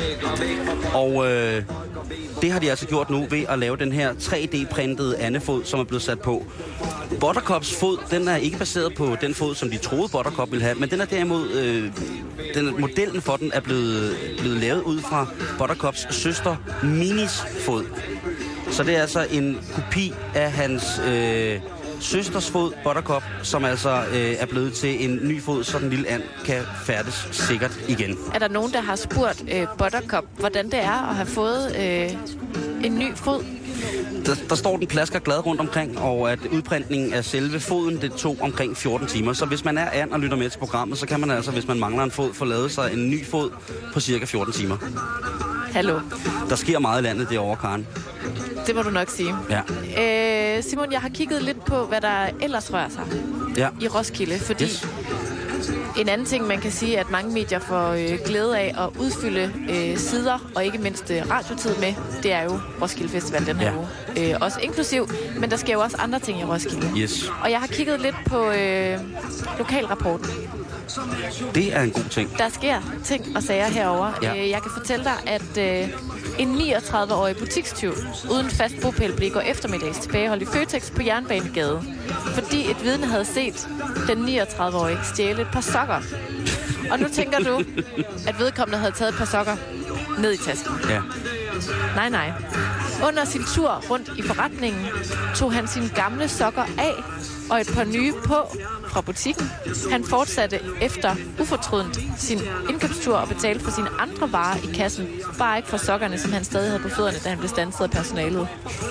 Og øh, det har de altså gjort nu ved at lave den her tre D-printede andefod, som er blevet sat på. Buttercups fod, den er ikke baseret på den fod, som de troede Buttercup ville have, men den er derimod, øh, den, modellen for den er blevet, blevet lavet ud fra Buttercups søster Minis fod. Så det er altså en kopi af hans øh, søsters fod, Buttercup, som altså øh, er blevet til en ny fod, så den lille and kan færdes sikkert igen. Er der nogen, der har spurgt øh, Buttercup, hvordan det er at have fået øh, en ny fod? Der, der står den plasker glad rundt omkring, og at udprintningen af selve foden, det tog omkring fjorten timer. Så hvis man er and og lytter med til programmet, så kan man altså, hvis man mangler en fod, få lavet sig en ny fod på cirka fjorten timer. Hallo. Der sker meget i landet derovre, Karen. Det må du nok sige. Ja. Øh, Simon, jeg har kigget lidt på, hvad der ellers rører sig ja. i Roskilde, fordi yes. en anden ting, man kan sige, at mange medier får øh, glæde af at udfylde øh, sider, og ikke mindst øh, radiotid med, det er jo Roskilde Festival den her ja. uge. Øh, også inklusiv, men der sker jo også andre ting i Roskilde. Yes. Og jeg har kigget lidt på øh, lokalrapporten. Det er en god ting. Der sker ting og sager herovre. Ja. Øh, jeg kan fortælle dig, at øh, en niogtredive-årig butikstyv uden fast bopæl blev i går eftermiddags tilbageholdt i Føtex på Jernbanegade, fordi et vidne havde set den niogtredive-årige stjæle et par sokker. Og nu tænker du, at vedkommende havde taget et par sokker ned i tasken. Ja. Nej, nej. Under sin tur rundt i forretningen tog han sine gamle sokker af og et par nye på fra butikken. Han fortsatte efter ufortrødent sin indkøbstur og betalte for sine andre varer i kassen. Bare ikke for sokkerne, som han stadig havde på fødderne, da han blev standset af personalet.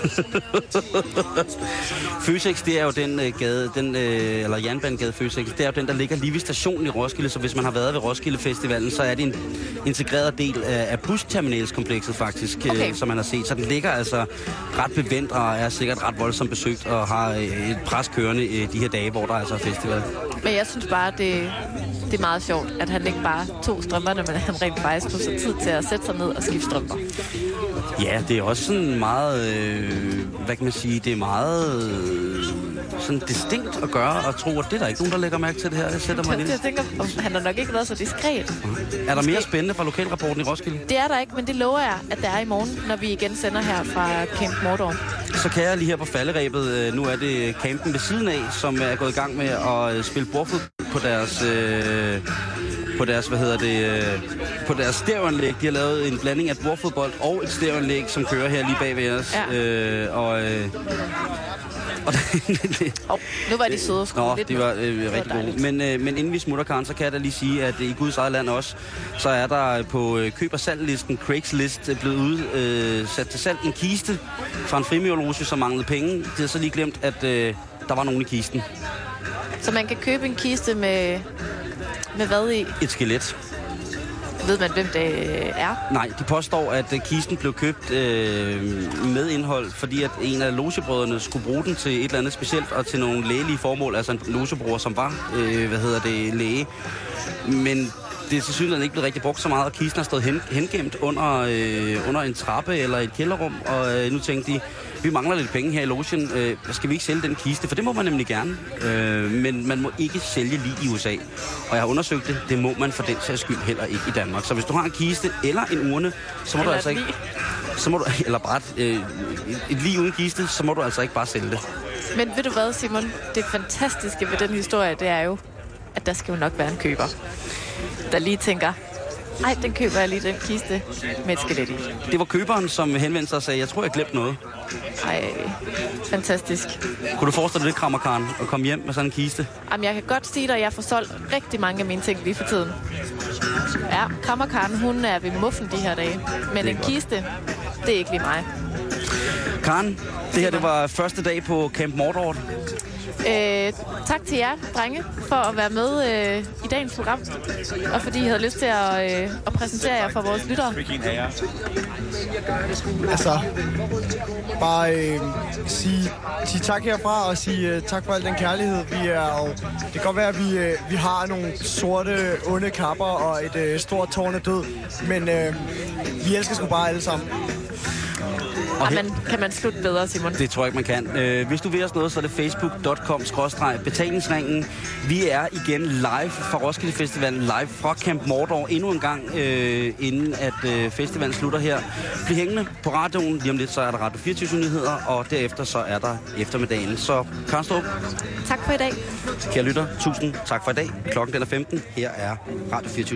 Føtex, det er jo den øh, gade, den, øh, eller Jernbanegade Føtex, det er jo den, der ligger lige ved stationen i Roskilde, så hvis man har været ved Roskilde Festivalen, så er det en integreret del af, af busterminalskomplekset faktisk, okay. øh, som man har set. Så den ligger altså ret bevendt og er sikkert ret voldsomt besøgt og har øh, et pres kørende øh, de her dage, hvor der altså er festival. Men jeg synes bare, det, det er meget sjovt, at han ikke bare tog strømperne, men han rent faktisk tog sig tid til at sætte sig ned og skifte strømper. Ja, det er også sådan meget, øh, hvad kan man sige, det er meget øh, sådan distinkt at gøre og tro, at det er der ikke nogen, der lægger mærke til det her. Jeg sætter mig ind. Jeg tænker, han har nok ikke været så diskret. Er der mere spændende fra lokalrapporten i Roskilde? Det er der ikke, men det lover jeg, at der er i morgen, når vi igen sender her fra Camp Mordor. Så kan jeg lige her på falderebet, nu er det campen ved siden af, som er gået i gang med at spille bordfodbold på deres, øh, på deres, hvad hedder det, øh, på deres stereoanlæg. De har lavet en blanding af bordfodbold og et stereoanlæg, som kører her lige bag ved os. Ja. Øh, og... Øh, Og oh, nu var de søde og Nå, lidt det var øh, rigtig gode. Men, øh, men inden vi smutter, Karen, så kan jeg da lige sige, at i Guds eget land også, så er der på øh, køb- og salglisten, Craigslist, blevet ud, øh, sat til salg en kiste fra en frimurerloge, som manglede penge. De har så lige glemt, at øh, der var nogen i kisten. Så man kan købe en kiste med, med hvad i? Et skelet. Ved man, hvem det er? Nej, de påstår, at kisten blev købt øh, med indhold, fordi at en af logebrødrene skulle bruge den til et eller andet specielt og til nogle lægelige formål. Altså en logebror, som var, øh, hvad hedder det, læge. Men det er til synligheden ikke blevet rigtig brugt så meget, og kisten har stået hen, hengemt under, øh, under en trappe eller et kælderrum. Og øh, nu tænkte de, vi mangler lidt penge her i logen. Øh, skal vi ikke sælge den kiste? For det må man nemlig gerne. Øh, men man må ikke sælge lige i U S A. Og jeg har undersøgt det. Det må man for den sags skyld heller ikke i Danmark. Så hvis du har en kiste eller en urne, så må eller du altså ikke... Så må du, eller bare et, øh, et lige uden kiste, så må du altså ikke bare sælge det. Men ved du hvad, Simon? Det fantastiske ved den historie, det er jo, at der skal jo nok være en køber, der lige tænker, ej, den køber jeg lige, den kiste med et skelet i. Det var køberen, som henvendte sig og sagde, jeg tror, jeg glemte noget. Ej, fantastisk. Kunne du forestille dig det, Krammer Karen, at komme hjem med sådan en kiste? Jamen, jeg kan godt sige dig, at jeg får solgt rigtig mange af mine ting lige for tiden. Ja, Krammer Karen, hun er ved muffen de her dage. Men en kiste, det er ikke lige mig. Karen, det her det var første dag på Camp Mordor. Øh, tak til jer, drenge, for at være med øh, i dagens program. Og fordi I havde lyst til at, øh, at præsentere jer for vores lyttere. Altså, bare øh, sige, sige tak herfra og sige øh, tak for al den kærlighed. Vi er, og det kan godt være, at vi, øh, vi har nogle sorte, onde kapper og et øh, stort tårn af død. Men øh, vi elsker sgu bare alle sammen. Og man, kan man slutte bedre, Simon? Det tror jeg ikke, man kan. Øh, hvis du vil os noget, så er det facebook punktum com skråstreg betalingsringen. Vi er igen live fra Roskilde Festival, live fra Camp Mordor endnu en gang, øh, inden at øh, festivalen slutter her. Bliv hængende på radioen. Lige om lidt, så er der Radio fireogtyve nyheder, og derefter så er der eftermiddagen. Så Karnstrup. Tak for i dag. Kære lytter, tusind tak for i dag. Klokken den er femten. Her er Radio fireogtyve.